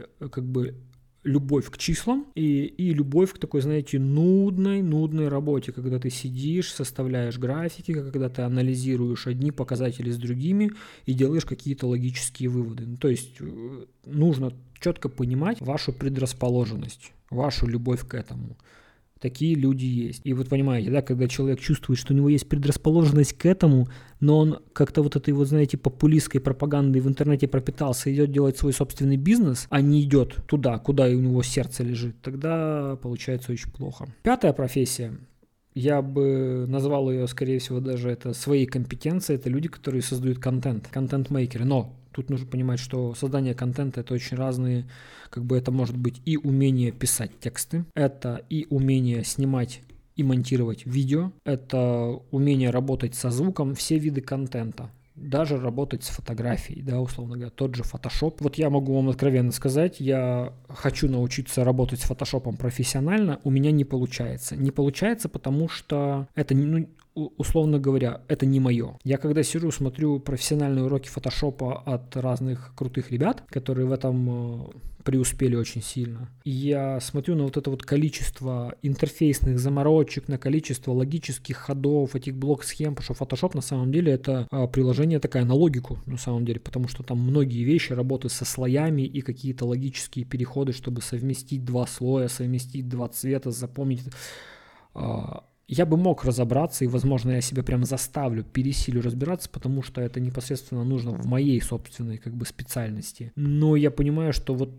любовь к числам и любовь к такой, знаете, нудной работе, когда ты сидишь, составляешь графики, когда ты анализируешь одни показатели с другими и делаешь какие-то логические выводы. То есть нужно четко понимать вашу предрасположенность, вашу любовь к этому. Такие люди есть. И вот понимаете, когда человек чувствует, что у него есть предрасположенность к этому, но он как-то вот этой популистской пропагандой в интернете пропитался, идет делать свой собственный бизнес, а не идет туда, куда у него сердце лежит, тогда получается очень плохо. 5-я профессия. Я бы назвал ее, скорее всего, даже это своей компетенцией. Это люди, которые создают контент, контент-мейкеры. Но тут нужно понимать, что создание контента — это очень разные, это может быть и умение писать тексты, это и умение снимать и монтировать видео, это умение работать со звуком, все виды контента. Даже работать с фотографией, условно говоря, тот же Photoshop. Вот я могу вам откровенно сказать, я хочу научиться работать с Photoshop профессионально, у меня не получается. Не получается, потому что это, условно говоря, это не мое. Я когда сижу, смотрю профессиональные уроки Photoshop от разных крутых ребят, которые в этом преуспели очень сильно. И я смотрю на вот это вот количество интерфейсных заморочек, на количество логических ходов, этих блок-схем, потому что Photoshop на самом деле это приложение такая на логику, на самом деле, потому что там многие вещи, работы со слоями и какие-то логические переходы, чтобы совместить 2 слоя, совместить 2 цвета, запомнить. я бы мог разобраться, и, возможно, я себя прям заставлю, пересилю разбираться, потому что это непосредственно нужно в моей собственной как бы специальности. Но я понимаю, что вот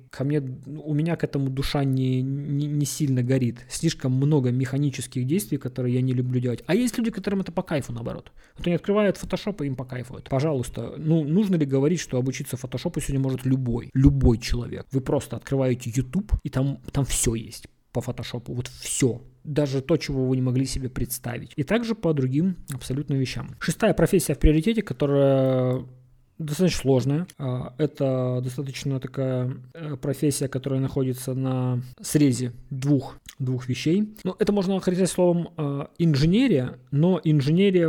у меня к этому душа не сильно горит. Слишком много механических действий, которые я не люблю делать. А есть люди, которым это по кайфу, наоборот. Вот они открывают Photoshop, и им по кайфу это. Пожалуйста, нужно ли говорить, что обучиться Photoshop сегодня может любой человек. Вы просто открываете YouTube, и там все есть по Photoshop. Вот все. Даже то, чего вы не могли себе представить. И также по другим абсолютно вещам. 6-я профессия в приоритете, которая достаточно сложная. Это достаточно такая профессия, которая находится на срезе двух вещей. Ну, это можно охарактеризовать словом инженерия, но инженерия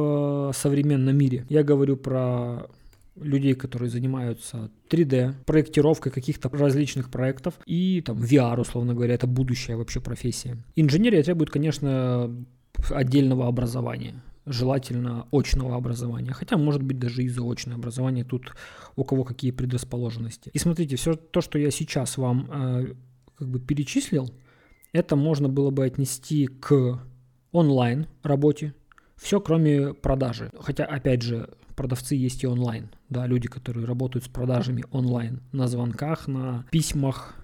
в современном мире. Я говорю про людей, которые занимаются 3D, проектировкой каких-то различных проектов и там VR, условно говоря, это будущая вообще профессия. Инженерия требует, конечно, отдельного образования, желательно очного образования, хотя может быть даже и заочное образование, тут у кого какие предрасположенности. И смотрите, все то, что я сейчас вам как бы перечислил, это можно было бы отнести к онлайн работе, все кроме продажи. Хотя, опять же, продавцы есть и онлайн. Да, люди, которые работают с продажами онлайн. На звонках, на письмах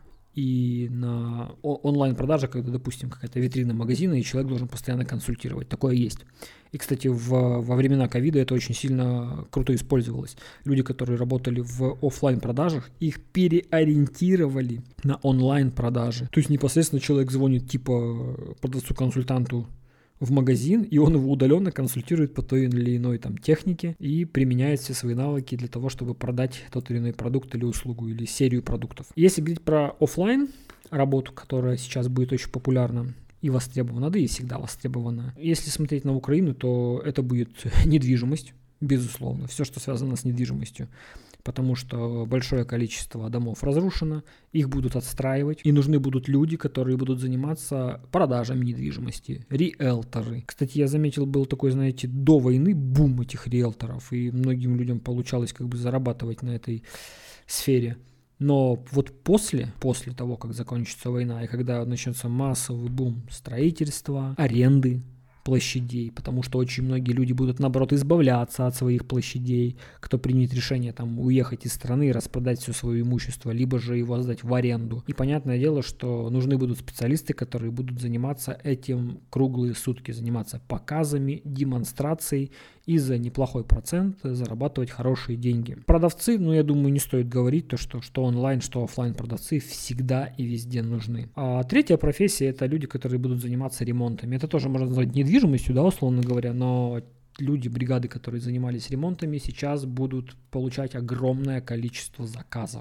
и на онлайн-продажах, когда, допустим, какая-то витрина магазина, и человек должен постоянно консультировать. Такое есть. И, кстати, во времена ковида это очень сильно круто использовалось. Люди, которые работали в офлайн-продажах, их переориентировали на онлайн-продажи. То есть непосредственно человек звонит типа продавцу-консультанту в магазин, и он его удаленно консультирует по той или иной там технике и применяет все свои навыки для того, чтобы продать тот или иной продукт или услугу, или серию продуктов. Если говорить про офлайн работу, которая сейчас будет очень популярна и востребована, да и всегда востребована. Если смотреть на Украину, то это будет недвижимость, безусловно, все, что связано с недвижимостью. Потому что большое количество домов разрушено, их будут отстраивать, и нужны будут люди, которые будут заниматься продажами недвижимости, риэлторы. Кстати, я заметил, был такой, знаете, до войны бум этих риэлторов, и многим людям получалось как бы зарабатывать на этой сфере. Но вот после того, как закончится война, и когда начнется массовый бум строительства, аренды площадей, потому что очень многие люди будут, наоборот, избавляться от своих площадей, кто примет решение там уехать из страны и распродать все свое имущество, либо же его сдать в аренду. И понятное дело, что нужны будут специалисты, которые будут заниматься этим круглые сутки, заниматься показами, демонстрацией и за неплохой процент зарабатывать хорошие деньги. Продавцы, я думаю, не стоит говорить, что онлайн, что офлайн продавцы всегда и везде нужны. А 3-я профессия — это люди, которые будут заниматься ремонтами. Это тоже можно назвать недвижимостью, да, условно говоря, но люди, бригады, которые занимались ремонтами, сейчас будут получать огромное количество заказов.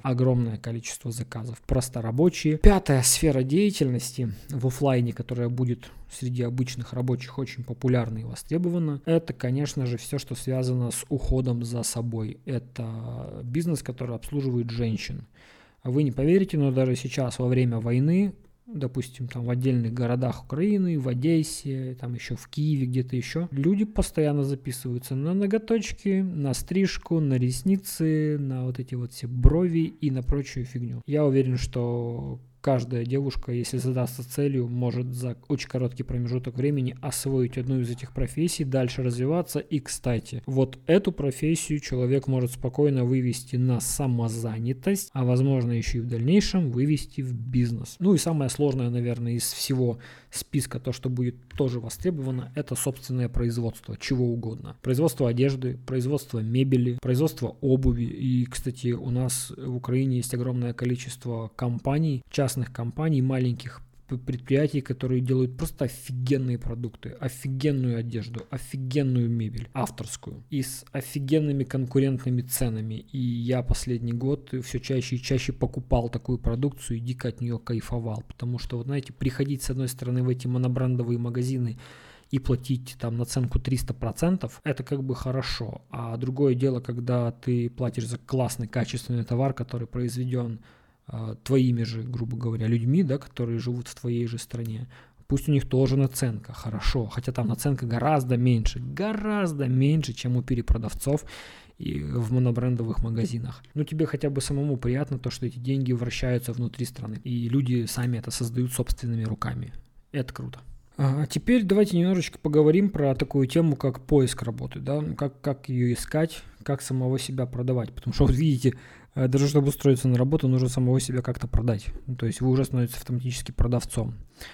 Просто рабочие. 5-я сфера деятельности в офлайне, которая будет среди обычных рабочих очень популярна и востребована, это, конечно же, все, что связано с уходом за собой. Это бизнес, который обслуживает женщин. Вы не поверите, но даже сейчас, во время войны, допустим, там в отдельных городах Украины, в Одессе, там еще в Киеве, где-то еще, люди постоянно записываются на ноготочки, на стрижку, на ресницы, на вот эти вот все брови и на прочую фигню. Я уверен, что каждая девушка, если задастся целью, может за очень короткий промежуток времени освоить одну из этих профессий, дальше развиваться. И, кстати, вот эту профессию человек может спокойно вывести на самозанятость, а возможно еще и в дальнейшем вывести в бизнес. Ну и самое сложное, наверное, из всего списка, то, что будет тоже востребовано, это собственное производство, чего угодно. Производство одежды, производство мебели, производство обуви. И, кстати, у нас в Украине есть огромное количество компаний, частных компаний, маленьких предприятий, которые делают просто офигенные продукты, офигенную одежду, офигенную мебель, авторскую, и с офигенными конкурентными ценами. И я последний год все чаще и чаще покупал такую продукцию и дико от нее кайфовал, потому что, вот знаете, приходить с одной стороны в эти монобрендовые магазины и платить там наценку 300%, это как бы хорошо. А другое дело, когда ты платишь за классный, качественный товар, который произведен твоими же, грубо говоря, людьми, да, которые живут в твоей же стране. Пусть у них тоже наценка, хорошо, хотя там наценка гораздо меньше, чем у перепродавцов и в монобрендовых магазинах. Но тебе хотя бы самому приятно то, что эти деньги вращаются внутри страны, и люди сами это создают собственными руками. Это круто. А теперь давайте немножечко поговорим про такую тему, как поиск работы, да, как ее искать, как самого себя продавать. Потому что, вот видите, даже чтобы устроиться на работу, нужно самого себя как-то продать. Ну, то есть вы уже становитесь автоматически продавцом.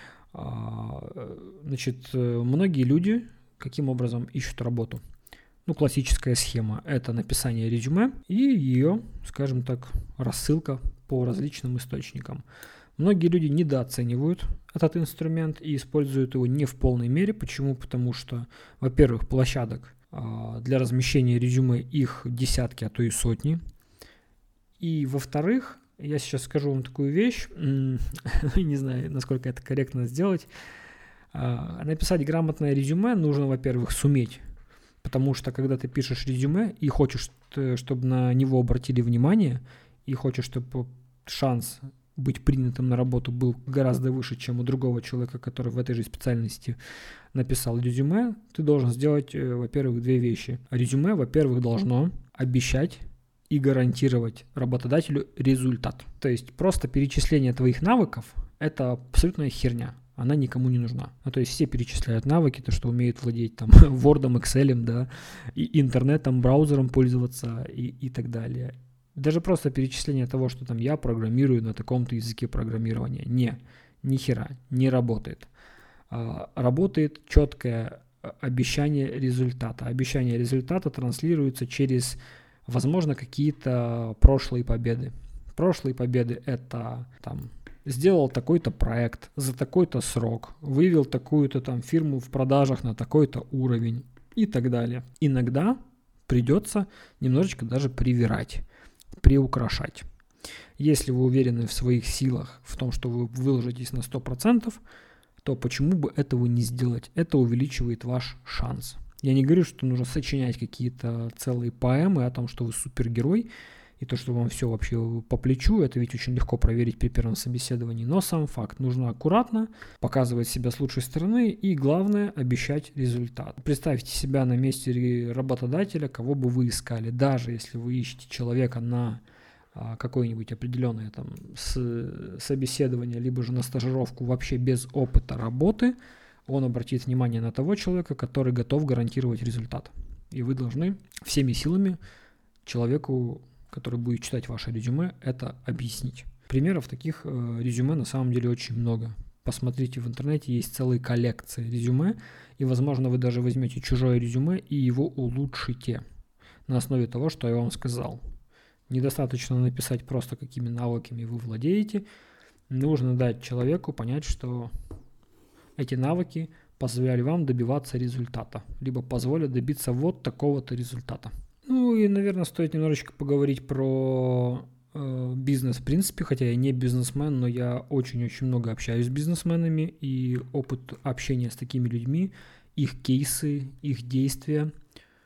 Значит, многие люди каким образом ищут работу? Ну, классическая схема – это написание резюме и ее, скажем так, рассылка по различным источникам. Многие люди недооценивают этот инструмент и используют его не в полной мере. Почему? Потому что, во-первых, площадок для размещения резюме их десятки, а то и сотни. И, во-вторых, я сейчас скажу вам такую вещь, не знаю, насколько это корректно сделать. Написать грамотное резюме нужно, во-первых, суметь. Потому что, когда ты пишешь резюме и хочешь, чтобы на него обратили внимание, и хочешь, чтобы шанс быть принятым на работу был гораздо выше, чем у другого человека, который в этой же специальности написал резюме, ты должен сделать, во-первых, две вещи. Резюме, во-первых, должно обещать и гарантировать работодателю результат. То есть просто перечисление твоих навыков – это абсолютная херня. Она никому не нужна. Ну, то есть все перечисляют навыки, то, что умеют владеть там Word, Excel, да, и интернетом, браузером пользоваться и так далее. Даже просто перечисление того, что там я программирую на таком-то языке программирования. Ни хера, не работает. Работает четкое обещание результата. Обещание результата транслируется через, возможно, какие-то прошлые победы. Прошлые победы – это там сделал такой-то проект за такой-то срок, вывел такую-то там фирму в продажах на такой-то уровень и так далее. Иногда придется немножечко даже привирать, приукрашать. Если вы уверены в своих силах, в том, что вы выложитесь на 100%, то почему бы этого не сделать? Это увеличивает ваш шанс. Я не говорю, что нужно сочинять какие-то целые поэмы о том, что вы супергерой, и то, что вам все вообще по плечу, это ведь очень легко проверить при первом собеседовании. Но сам факт. Нужно аккуратно показывать себя с лучшей стороны и, главное, обещать результат. Представьте себя на месте работодателя, кого бы вы искали. Даже если вы ищете человека на какое-нибудь определенное там собеседование, либо же на стажировку вообще без опыта работы, он обратит внимание на того человека, который готов гарантировать результат. И вы должны всеми силами человеку, который будет читать ваше резюме, это объяснить. Примеров таких резюме на самом деле очень много. Посмотрите в интернете, есть целые коллекции резюме, и, возможно, вы даже возьмете чужое резюме и его улучшите на основе того, что я вам сказал. Недостаточно написать просто, какими навыками вы владеете. Нужно дать человеку понять, что эти навыки позволяли вам добиваться результата, либо позволят добиться вот такого-то результата. Ну и, наверное, стоит немножечко поговорить про бизнес в принципе, хотя я не бизнесмен, но я очень-очень много общаюсь с бизнесменами, и опыт общения с такими людьми, их кейсы, их действия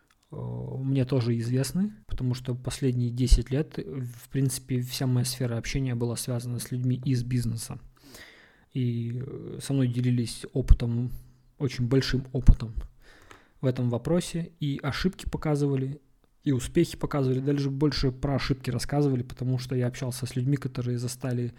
мне тоже известны, потому что последние 10 лет, в принципе, вся моя сфера общения была связана с людьми из бизнеса. И со мной делились опытом, очень большим опытом в этом вопросе, и ошибки показывали, и успехи показывали, даже больше про ошибки рассказывали, потому что я общался с людьми, которые застали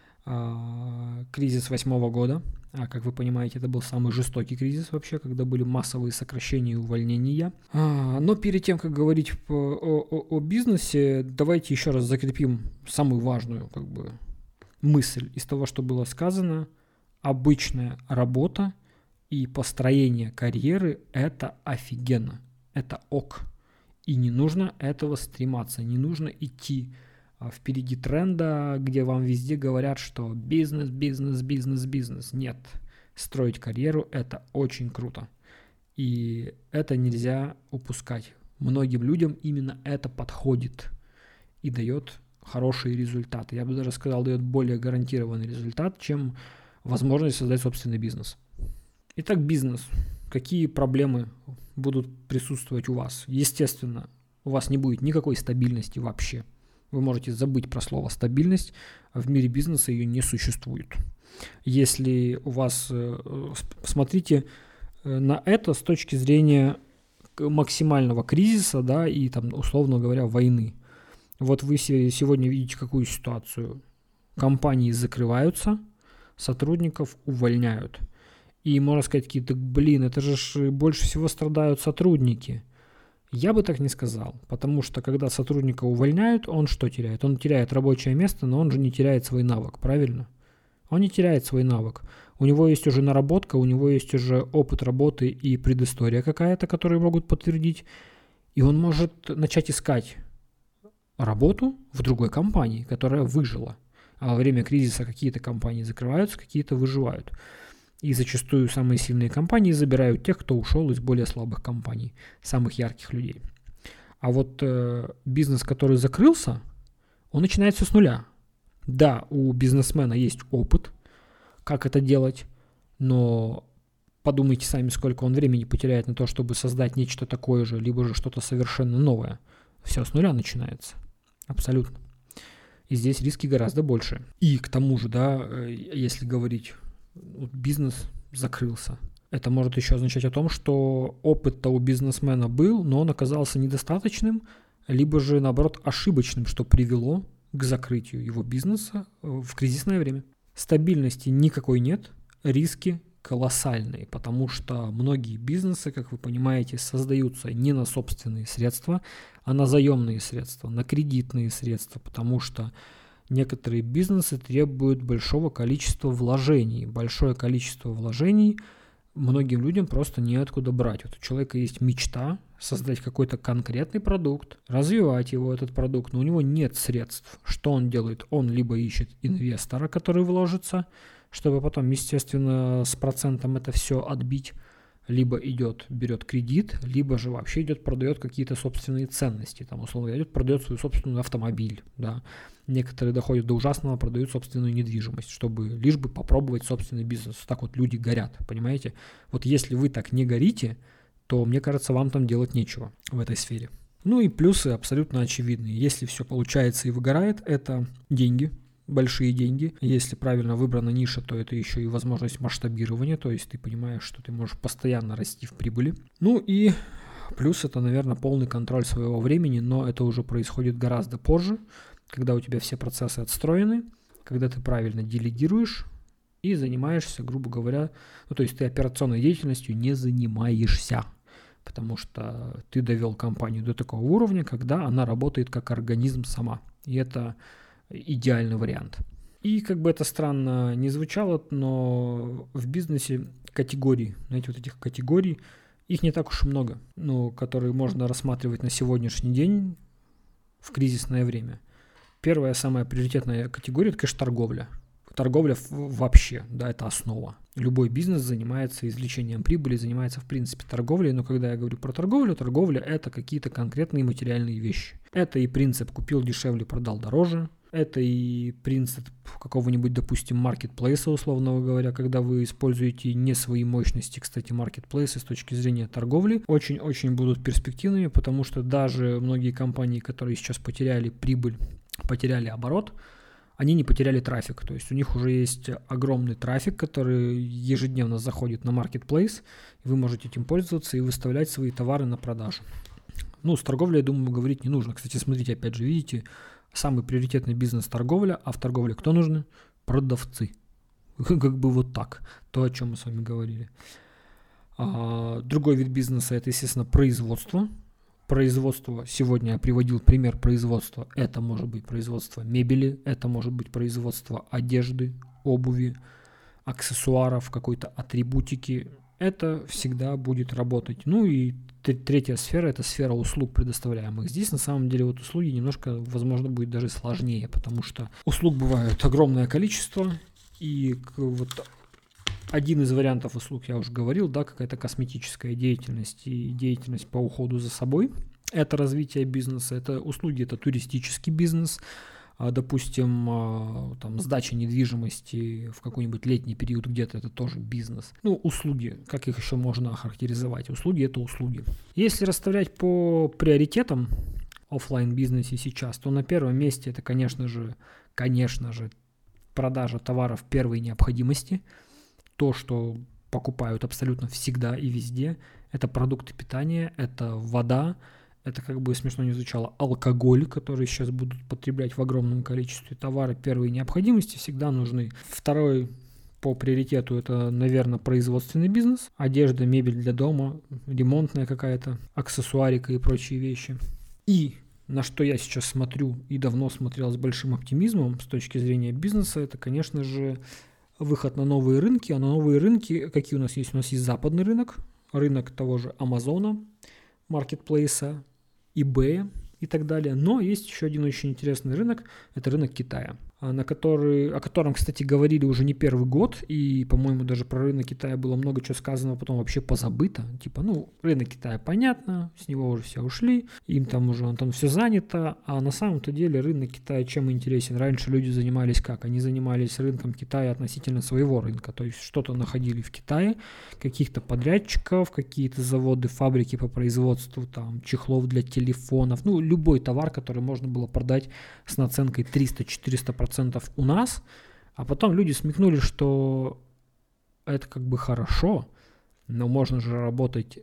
кризис 2008 года. А как вы понимаете, это был самый жестокий кризис вообще, когда были массовые сокращения и увольнения. Но перед тем, как говорить о бизнесе, давайте еще раз закрепим самую важную мысль из того, что было сказано. Обычная работа и построение карьеры – это офигенно, это ок. И не нужно этого стрематься, не нужно идти впереди тренда, где вам везде говорят, что бизнес, бизнес, бизнес, бизнес. Нет, строить карьеру – это очень круто. И это нельзя упускать. Многим людям именно это подходит и дает хорошие результаты. Я бы даже сказал, дает более гарантированный результат, чем возможность создать собственный бизнес. Итак, бизнес. Какие проблемы будут присутствовать у вас? Естественно, у вас не будет никакой стабильности вообще. Вы можете забыть про слово стабильность, а в мире бизнеса ее не существует. Если у вас, смотрите на это с точки зрения максимального кризиса, да, и там, условно говоря, войны. Вот вы сегодня видите какую ситуацию. Компании закрываются, сотрудников увольняют. И можно сказать, какие-то, блин, это же больше всего страдают сотрудники. Я бы так не сказал, потому что когда сотрудника увольняют, он что теряет? Он теряет рабочее место, но он же не теряет свой навык, правильно? Он не теряет свой навык. У него есть уже наработка, у него есть уже опыт работы и предыстория какая-то, которые могут подтвердить. И он может начать искать работу в другой компании, которая выжила. А во время кризиса какие-то компании закрываются, какие-то выживают. И зачастую самые сильные компании забирают тех, кто ушел из более слабых компаний, самых ярких людей. А вот бизнес, который закрылся, он начинает все с нуля. Да, у бизнесмена есть опыт, как это делать, но подумайте сами, сколько он времени потеряет на то, чтобы создать нечто такое же, либо же что-то совершенно новое. Все с нуля начинается. Абсолютно. И здесь риски гораздо больше. И к тому же, да, если говорить, бизнес закрылся. Это может еще означать о том, что опыт-то у бизнесмена был, но он оказался недостаточным, либо же, наоборот, ошибочным, что привело к закрытию его бизнеса в кризисное время. Стабильности никакой нет, риски колоссальные, потому что многие бизнесы, как вы понимаете, создаются не на собственные средства, а на заемные средства, на кредитные средства, потому что некоторые бизнесы требуют большого количества вложений. Большое количество вложений многим людям просто неоткуда брать. Вот у человека есть мечта создать какой-то конкретный продукт, развивать его, этот продукт, но у него нет средств. Что он делает? Он либо ищет инвестора, который вложится, чтобы потом, естественно, с процентом это все отбить, либо берет кредит, либо же вообще продает какие-то собственные ценности. Там, условно, продает свой собственный автомобиль. Да. Некоторые доходят до ужасного, продают собственную недвижимость, чтобы лишь бы попробовать собственный бизнес. Так вот люди горят, понимаете? Вот если вы так не горите, то, мне кажется, вам там делать нечего в этой сфере. Ну и плюсы абсолютно очевидные. Если все получается и выгорает, это деньги. Большие деньги. Если правильно выбрана ниша, то это еще и возможность масштабирования, то есть ты понимаешь, что ты можешь постоянно расти в прибыли. Ну и плюс это, наверное, полный контроль своего времени, но это уже происходит гораздо позже, когда у тебя все процессы отстроены, когда ты правильно делегируешь и занимаешься, грубо говоря, то есть ты операционной деятельностью не занимаешься, потому что ты довел компанию до такого уровня, когда она работает как организм сама. И это идеальный вариант. И как бы это странно не звучало, но в бизнесе категорий, знаете, вот этих категорий, их не так уж и много, которые можно рассматривать на сегодняшний день в кризисное время. Первая, самая приоритетная категория – это, конечно, торговля. Торговля вообще, да, это основа. Любой бизнес занимается извлечением прибыли, занимается, в принципе, торговлей, но когда я говорю про торговлю, торговля – это какие-то конкретные материальные вещи. Это и принцип «купил дешевле, продал дороже», это и принцип какого-нибудь, допустим, маркетплейса, условно говоря, когда вы используете не свои мощности. Кстати, маркетплейсы с точки зрения торговли очень-очень будут перспективными, потому что даже многие компании, которые сейчас потеряли прибыль, потеряли оборот, они не потеряли трафик. То есть у них уже есть огромный трафик, который ежедневно заходит на marketplace, и вы можете этим пользоваться и выставлять свои товары на продажу. С торговлей, я думаю, говорить не нужно. Кстати, смотрите, опять же, видите, самый приоритетный бизнес – торговля, а в торговле кто нужны? Продавцы. Как бы вот так. То, о чем мы с вами говорили. Другой вид бизнеса – это, естественно, производство. Производство, сегодня я приводил пример производства. Это может быть производство мебели, это может быть производство одежды, обуви, аксессуаров, какой-то атрибутики. Это всегда будет работать. И третья сфера – это сфера услуг, предоставляемых. Здесь на самом деле вот услуги немножко, возможно, будет даже сложнее, потому что услуг бывает огромное количество, и вот один из вариантов услуг, я уже говорил, да, какая-то косметическая деятельность и деятельность по уходу за собой. Это развитие бизнеса, это услуги, это туристический бизнес, допустим, там, сдача недвижимости в какой-нибудь летний период где-то, это тоже бизнес. Услуги, как их еще можно охарактеризовать? Услуги – это услуги. Если расставлять по приоритетам офлайн-бизнесе сейчас, то на первом месте это, конечно же, продажа товаров первой необходимости. То, что покупают абсолютно всегда и везде. Это продукты питания, это вода, это, как бы смешно не звучало, алкоголь, который сейчас будут потреблять в огромном количестве. Товары первой необходимости всегда нужны. Второй по приоритету это, наверное, производственный бизнес, одежда, мебель для дома, ремонтная какая-то, аксессуарика и прочие вещи. И на что я сейчас смотрю и давно смотрел с большим оптимизмом с точки зрения бизнеса, это, конечно же, выход на новые рынки. А на новые рынки, какие у нас есть? У нас есть западный рынок, рынок того же Амазона, маркетплейса, eBay и так далее. Но есть еще один очень интересный рынок, это рынок Китая, о котором, кстати, говорили уже не первый год, и, по-моему, даже про рынок Китая было много чего сказано, потом вообще позабыто. Типа, рынок Китая понятно, с него уже все ушли, им там уже там все занято, а на самом-то деле рынок Китая чем интересен? Раньше люди занимались как? Они занимались рынком Китая относительно своего рынка, то есть что-то находили в Китае, каких-то подрядчиков, какие-то заводы, фабрики по производству там чехлов для телефонов, любой товар, который можно было продать с наценкой 300-400% у нас, а потом люди смекнули, что это как бы хорошо, но можно же работать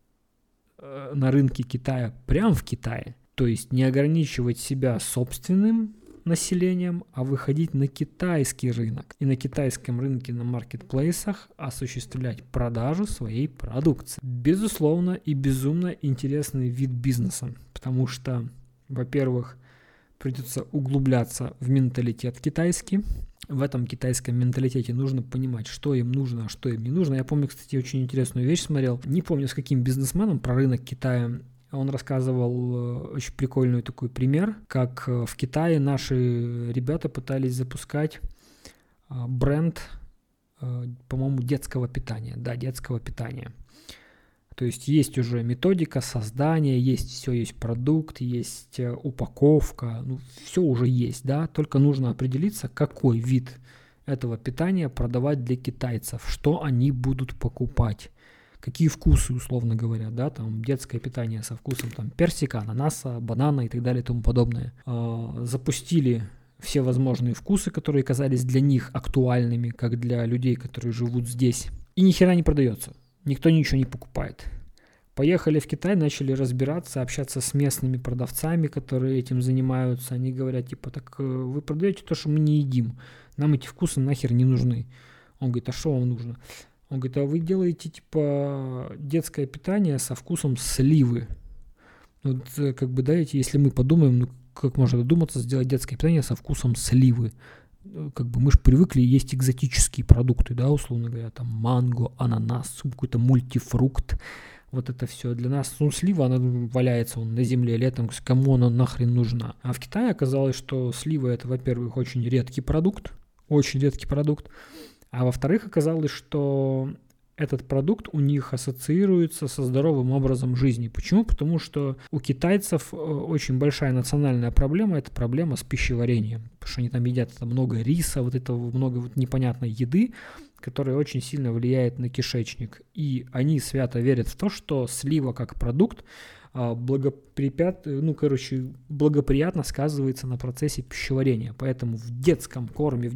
на рынке Китая прямо в Китае, то есть не ограничивать себя собственным населением, а выходить на китайский рынок и на китайском рынке на маркетплейсах осуществлять продажу своей продукции. Безусловно и безумно интересный вид бизнеса, потому что, во-первых, придется углубляться в менталитет китайский. В этом китайском менталитете нужно понимать, что им нужно, а что им не нужно. Я помню, кстати, очень интересную вещь смотрел. Не помню, с каким бизнесменом про рынок Китая. Он рассказывал очень прикольный такой пример, как в Китае наши ребята пытались запускать бренд, по-моему, детского питания. Да, детского питания. То есть уже методика создания, есть продукт, есть упаковка, все уже есть, да, только нужно определиться, какой вид этого питания продавать для китайцев, что они будут покупать, какие вкусы, условно говоря, да, там детское питание со вкусом там персика, ананаса, банана и так далее и тому подобное. Запустили все возможные вкусы, которые казались для них актуальными, как для людей, которые живут здесь, и ни хера не продается. Никто ничего не покупает. Поехали в Китай, начали разбираться, общаться с местными продавцами, которые этим занимаются. Они говорят, типа, так вы продаете то, что мы не едим. Нам эти вкусы нахер не нужны. Он говорит, а что вам нужно? Он говорит, а вы делаете, типа, детское питание со вкусом сливы. Как бы, да, если мы подумаем, как можно додуматься сделать детское питание со вкусом сливы? Как бы мы же привыкли есть экзотические продукты, да, условно говоря, там манго, ананас, какой-то мультифрукт, вот это все. Для нас, слива, она валяется на земле летом, кому она нахрен нужна. А в Китае оказалось, что слива это, во-первых, очень редкий продукт, а во-вторых, оказалось, что этот продукт у них ассоциируется со здоровым образом жизни. Почему? Потому что у китайцев очень большая национальная проблема – это проблема с пищеварением. Потому что они там едят много риса, вот этого много непонятной еды, которая очень сильно влияет на кишечник. И они свято верят в то, что слива как продукт благоприятно сказывается на процессе пищеварения. Поэтому в детском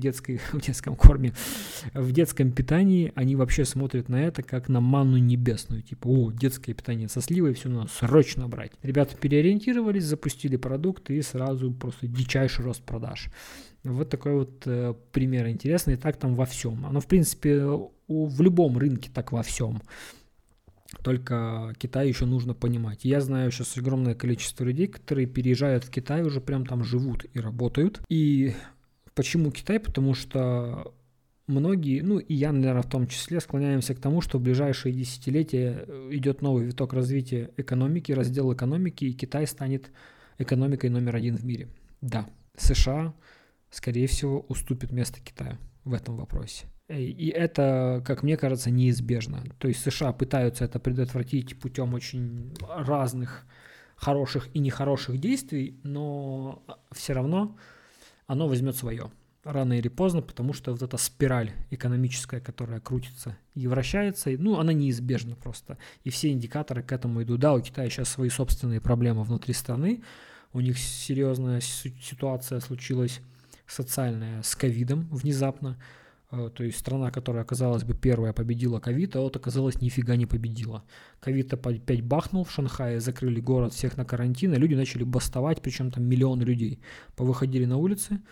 питании они вообще смотрят на это как на манну небесную. Типа, детское питание со сливой, все надо срочно брать. Ребята переориентировались, запустили продукт и сразу просто дичайший рост продаж. Вот такой вот пример интересный. И так там во всем. Оно, в принципе, в любом рынке так во всем. Только Китай еще нужно понимать. Я знаю сейчас огромное количество людей, которые переезжают в Китай, уже прям там живут и работают. И почему Китай? Потому что многие, и я, наверное, в том числе, склоняемся к тому, что в ближайшие десятилетия идет новый виток развития экономики, раздел экономики, и Китай станет экономикой номер один в мире. Да, США, скорее всего, уступит место Китаю в этом вопросе. И это, как мне кажется, неизбежно. То есть США пытаются это предотвратить путем очень разных хороших и нехороших действий, но все равно оно возьмет свое. Рано или поздно, потому что вот эта спираль экономическая, которая крутится и вращается, она неизбежна просто. И все индикаторы к этому идут. Да, у Китая сейчас свои собственные проблемы внутри страны. У них серьезная ситуация случилась социальная с ковидом внезапно. То есть страна, которая, казалось бы, первая победила ковид, а вот оказалось нифига не победила. Ковид опять бахнул в Шанхае, закрыли город, всех на карантин, и люди начали бастовать, причем там миллионы людей повыходили на улицы,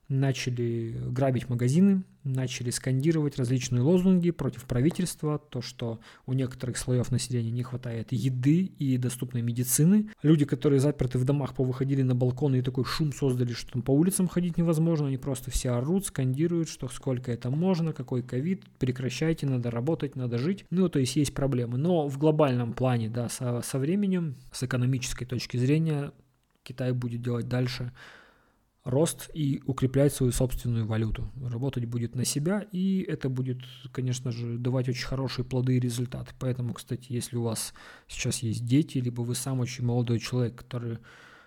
начали грабить магазины, начали скандировать различные лозунги против правительства, то, что у некоторых слоев населения не хватает еды и доступной медицины. Люди, которые заперты в домах, повыходили на балконы и такой шум создали, что там по улицам ходить невозможно, они просто все орут, скандируют, что сколько это можно, какой ковид, прекращайте, надо работать, надо жить. Ну, то есть проблемы. Но в глобальном плане, да, со временем, с экономической точки зрения, Китай будет делать дальше рост и укреплять свою собственную валюту. Работать будет на себя, и это будет, конечно же, давать очень хорошие плоды и результаты. Поэтому, кстати, если у вас сейчас есть дети, либо вы сам очень молодой человек, который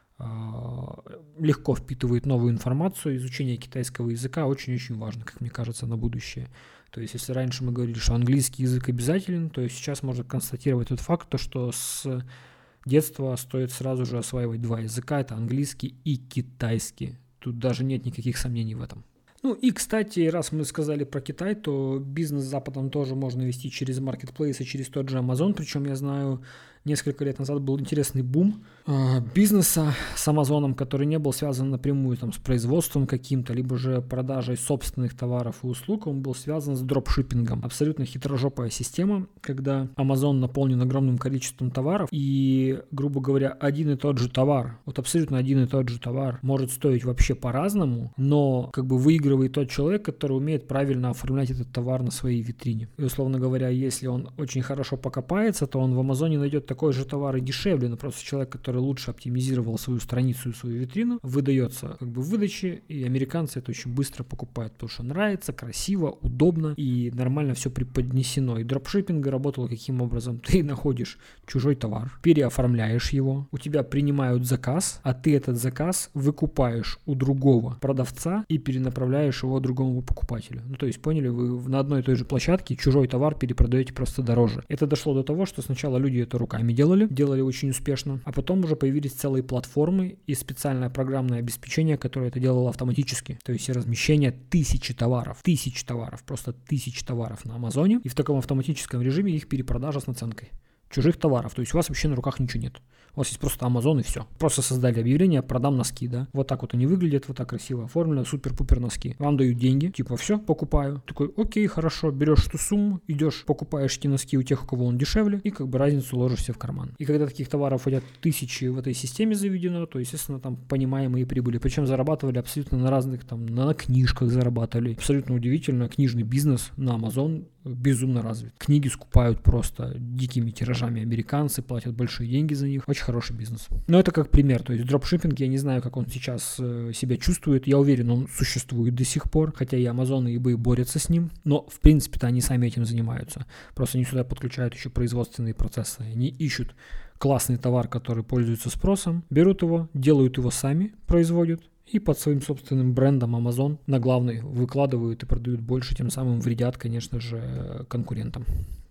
легко впитывает новую информацию, изучение китайского языка очень-очень важно, как мне кажется, на будущее. То есть, если раньше мы говорили, что английский язык обязателен, то сейчас можно констатировать тот факт, что с детства стоит сразу же осваивать два языка, это английский и китайский. Тут даже нет никаких сомнений в этом. Ну и, кстати, раз мы сказали про Китай, то бизнес с Западом тоже можно вести через маркетплейсы, через тот же Amazon. Причем я знаю, несколько лет назад был интересный бум бизнеса с Амазоном, который не был связан напрямую там, с производством каким-то, либо же продажей собственных товаров и услуг, он был связан с дропшиппингом. Абсолютно хитрожопая система, когда Amazon наполнен огромным количеством товаров, и, грубо говоря, один и тот же товар, вот абсолютно один и тот же товар может стоить вообще по-разному, но как бы выигрывает тот человек, который умеет правильно оформлять этот товар на своей витрине. И, условно говоря, если он очень хорошо покопается, то он в Амазоне найдет такой же товар и дешевле, но просто человек, который лучше оптимизировал свою страницу и свою витрину, выдается как бы в выдаче, и американцы это очень быстро покупают, потому что нравится, красиво, удобно и нормально все преподнесено. И дропшиппинг работал каким образом? Ты находишь чужой товар, переоформляешь его, у тебя принимают заказ, а ты этот заказ выкупаешь у другого продавца и перенаправляешь его другому покупателю. Ну, то есть, поняли, вы на одной и той же площадке чужой товар перепродаете просто дороже. Это дошло до того, что сначала люди это руками делали очень успешно, а потом уже появились целые платформы и специальное программное обеспечение, которое это делало автоматически. То есть размещение тысяч товаров, просто тысяч товаров на Амазоне, и в таком автоматическом режиме их перепродажа с наценкой чужих товаров. То есть у вас вообще на руках ничего нет. У вас есть просто Amazon и все. Просто создали объявление, продам носки, да. Вот так вот они выглядят, вот так красиво оформлено, супер-пупер носки. Вам дают деньги, типа все, покупаю. Такой, окей, хорошо, берешь эту сумму, идешь, покупаешь эти носки у тех, у кого он дешевле, и как бы разницу ложишь себе в карман. И когда таких товаров ходят тысячи в этой системе заведено, то, естественно, там понимаемые прибыли. Причем зарабатывали абсолютно на разных, там, на книжках зарабатывали. Абсолютно удивительно, книжный бизнес на Amazon безумно развит. Книги скупают просто дикими тиражами американцы, платят большие деньги за них. Очень хороший бизнес. Но это как пример. То есть дропшиппинг, я не знаю, как он сейчас себя чувствует. Я уверен, он существует до сих пор. Хотя и Amazon, и eBay борются с ним. Но, в принципе-то, они сами этим занимаются. Просто они сюда подключают еще производственные процессы. Они ищут классный товар, который пользуется спросом, берут его, делают его сами, производят. И под своим собственным брендом Amazon на главный выкладывают и продают больше, тем самым вредят, конечно же, конкурентам.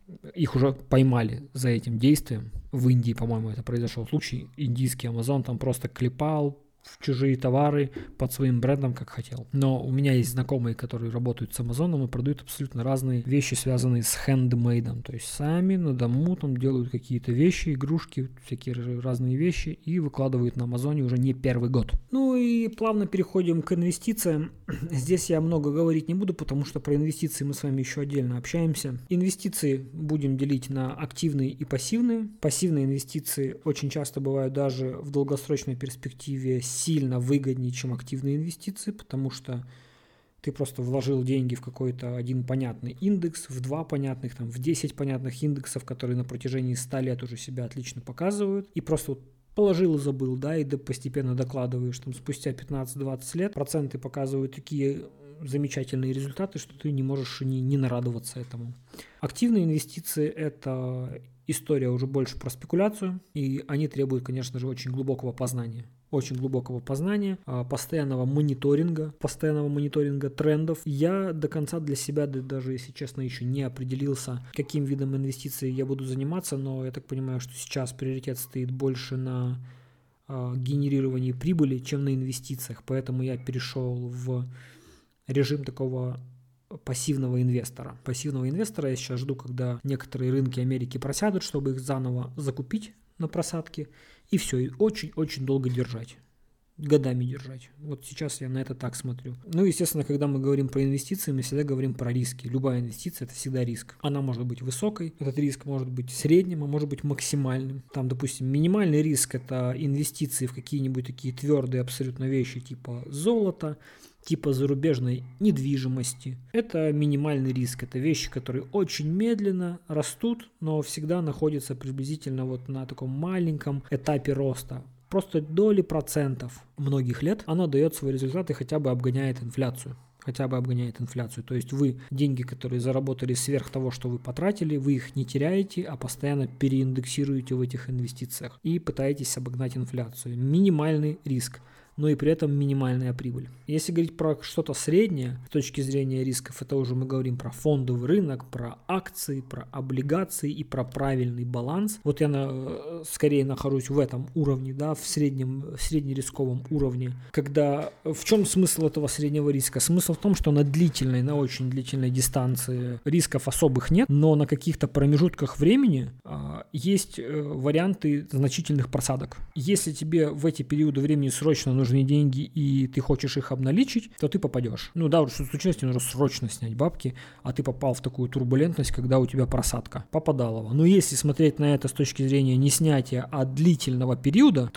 Их уже поймали за этим действием. В Индии, по-моему, это произошел случай. Индийский Amazon там просто клепал в чужие товары под своим брендом, как хотел. Но у меня есть знакомые, которые работают с Амазоном и продают абсолютно разные вещи, связанные с хендмейдом. То есть сами на дому там делают какие-то вещи, игрушки, всякие разные вещи и выкладывают на Амазоне уже не первый год. Ну и плавно переходим к инвестициям. Здесь я много говорить не буду, потому что про инвестиции мы с вами еще отдельно общаемся. Инвестиции будем делить на активные и пассивные. Пассивные инвестиции очень часто бывают даже в долгосрочной перспективе сильно выгоднее, чем активные инвестиции, потому что ты просто вложил деньги в какой-то один понятный индекс, в два понятных, там, в 10 понятных индексов, которые на протяжении 100 лет уже себя отлично показывают, и просто вот положил и забыл, да, и постепенно докладываешь, там, спустя 15-20 лет проценты показывают такие замечательные результаты, что ты не можешь не нарадоваться этому. Активные инвестиции – это история уже больше про спекуляцию, и они требуют, конечно же, очень глубокого познания, постоянного мониторинга трендов. Я до конца для себя, даже если честно, еще не определился, каким видом инвестиций я буду заниматься, но я так понимаю, что сейчас приоритет стоит больше на генерировании прибыли, чем на инвестициях, поэтому я перешел в режим такого пассивного инвестора. Пассивного инвестора я сейчас жду, когда некоторые рынки Америки просядут, чтобы их заново закупить на просадке, и все, и очень-очень долго держать. годами держать. Вот сейчас я на это так смотрю. Ну, естественно, когда мы говорим про инвестиции, мы всегда говорим про риски. Любая инвестиция – это всегда риск. Она может быть высокой, этот риск может быть средним, а может быть максимальным. Там, допустим, минимальный риск – это инвестиции в какие-нибудь такие твердые абсолютно вещи, типа золота, типа зарубежной недвижимости. Это минимальный риск. Это вещи, которые очень медленно растут, но всегда находятся приблизительно вот на таком маленьком этапе роста. Просто доли процентов многих лет оно дает свои результаты, хотя бы обгоняет инфляцию. То есть вы деньги, которые заработали сверх того, что вы потратили, вы их не теряете, а постоянно переиндексируете в этих инвестициях и пытаетесь обогнать инфляцию. Минимальный риск, но и при этом минимальная прибыль. Если говорить про что-то среднее с точки зрения рисков, это уже мы говорим про фондовый рынок, про акции, про облигации и про правильный баланс. Вот я скорее нахожусь в этом уровне, да, в среднерисковом уровне. Когда в чем смысл этого среднего риска? Смысл в том, что на очень длительной дистанции рисков особых нет, но на каких-то промежутках времени есть варианты значительных просадок. Если тебе в эти периоды времени срочно нужны деньги и ты хочешь их обналичить, то ты попадешь. Ну да, вот что случилось, тебе нужно срочно снять бабки, а ты попал в такую турбулентность, когда у тебя просадка. Попадалово. Но если смотреть на это с точки зрения не снятия, а длительного периода,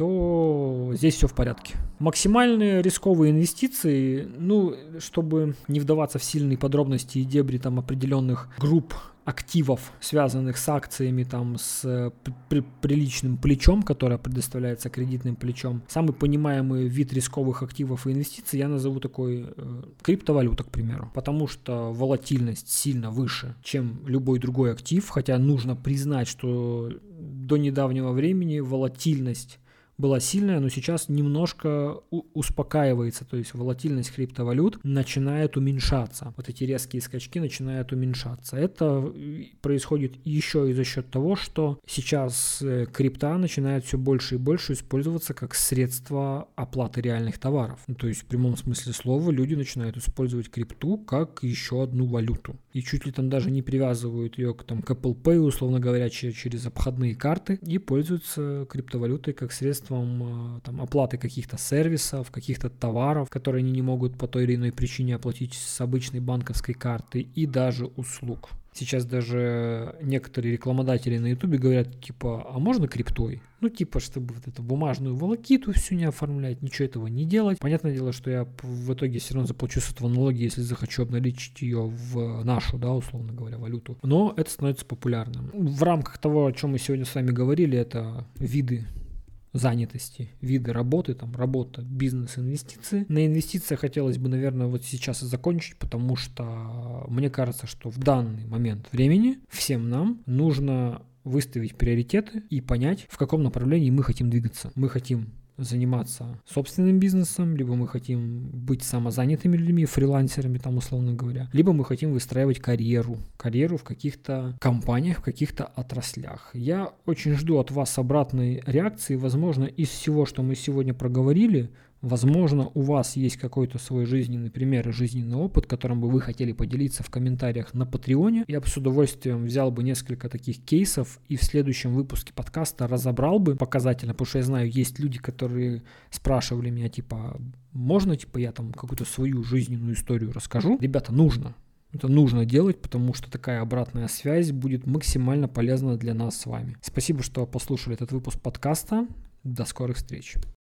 то здесь все в порядке. Максимальные рисковые инвестиции, ну, чтобы не вдаваться в сильные подробности и дебри там определенных групп активов, связанных с акциями, там, с приличным плечом, которое предоставляется кредитным плечом. Самый понимаемый вид рисковых активов и инвестиций я назову такой криптовалюта, к примеру. Потому что волатильность сильно выше, чем любой другой актив, хотя нужно признать, что до недавнего времени волатильность была сильная, но сейчас немножко успокаивается, то есть волатильность криптовалют начинает уменьшаться. Вот эти резкие скачки начинают уменьшаться. Это происходит еще и за счет того, что сейчас крипта начинает все больше и больше использоваться как средство оплаты реальных товаров. То есть в прямом смысле слова люди начинают использовать крипту как еще одну валюту. И чуть ли там даже не привязывают ее к Apple Pay, условно говоря, через обходные карты, и пользуются криптовалютой как средством оплаты каких-то сервисов, каких-то товаров, которые они не могут по той или иной причине оплатить с обычной банковской карты, и даже услуг. Сейчас даже некоторые рекламодатели на Ютубе говорят, типа, а можно криптой? Ну, типа, чтобы вот эту бумажную волокиту всю не оформлять, ничего этого не делать. Понятное дело, что я в итоге все равно заплачу с этого налоги, если захочу обналичить ее в нашу, да, условно говоря, валюту. Но это становится популярным. В рамках того, о чем мы сегодня с вами говорили, это виды занятости, виды работы, там работа, бизнес, инвестиции. На инвестициях хотелось бы, наверное, вот сейчас и закончить, потому что мне кажется, что в данный момент времени всем нам нужно выставить приоритеты и понять, в каком направлении мы хотим двигаться. Мы хотим заниматься собственным бизнесом, либо мы хотим быть самозанятыми людьми, фрилансерами, там, условно говоря, либо мы хотим выстраивать карьеру в каких-то компаниях, в каких-то отраслях. Я очень жду от вас обратной реакции. Возможно, из всего, что мы сегодня проговорили, возможно, у вас есть какой-то свой жизненный пример и жизненный опыт, которым бы вы хотели поделиться в комментариях на Патреоне. Я бы с удовольствием взял бы несколько таких кейсов и в следующем выпуске подкаста разобрал бы показательно, потому что я знаю, есть люди, которые спрашивали меня, типа, можно, типа, я там какую-то свою жизненную историю расскажу? Ребята, нужно. Это нужно делать, потому что такая обратная связь будет максимально полезна для нас с вами. Спасибо, что послушали этот выпуск подкаста. До скорых встреч.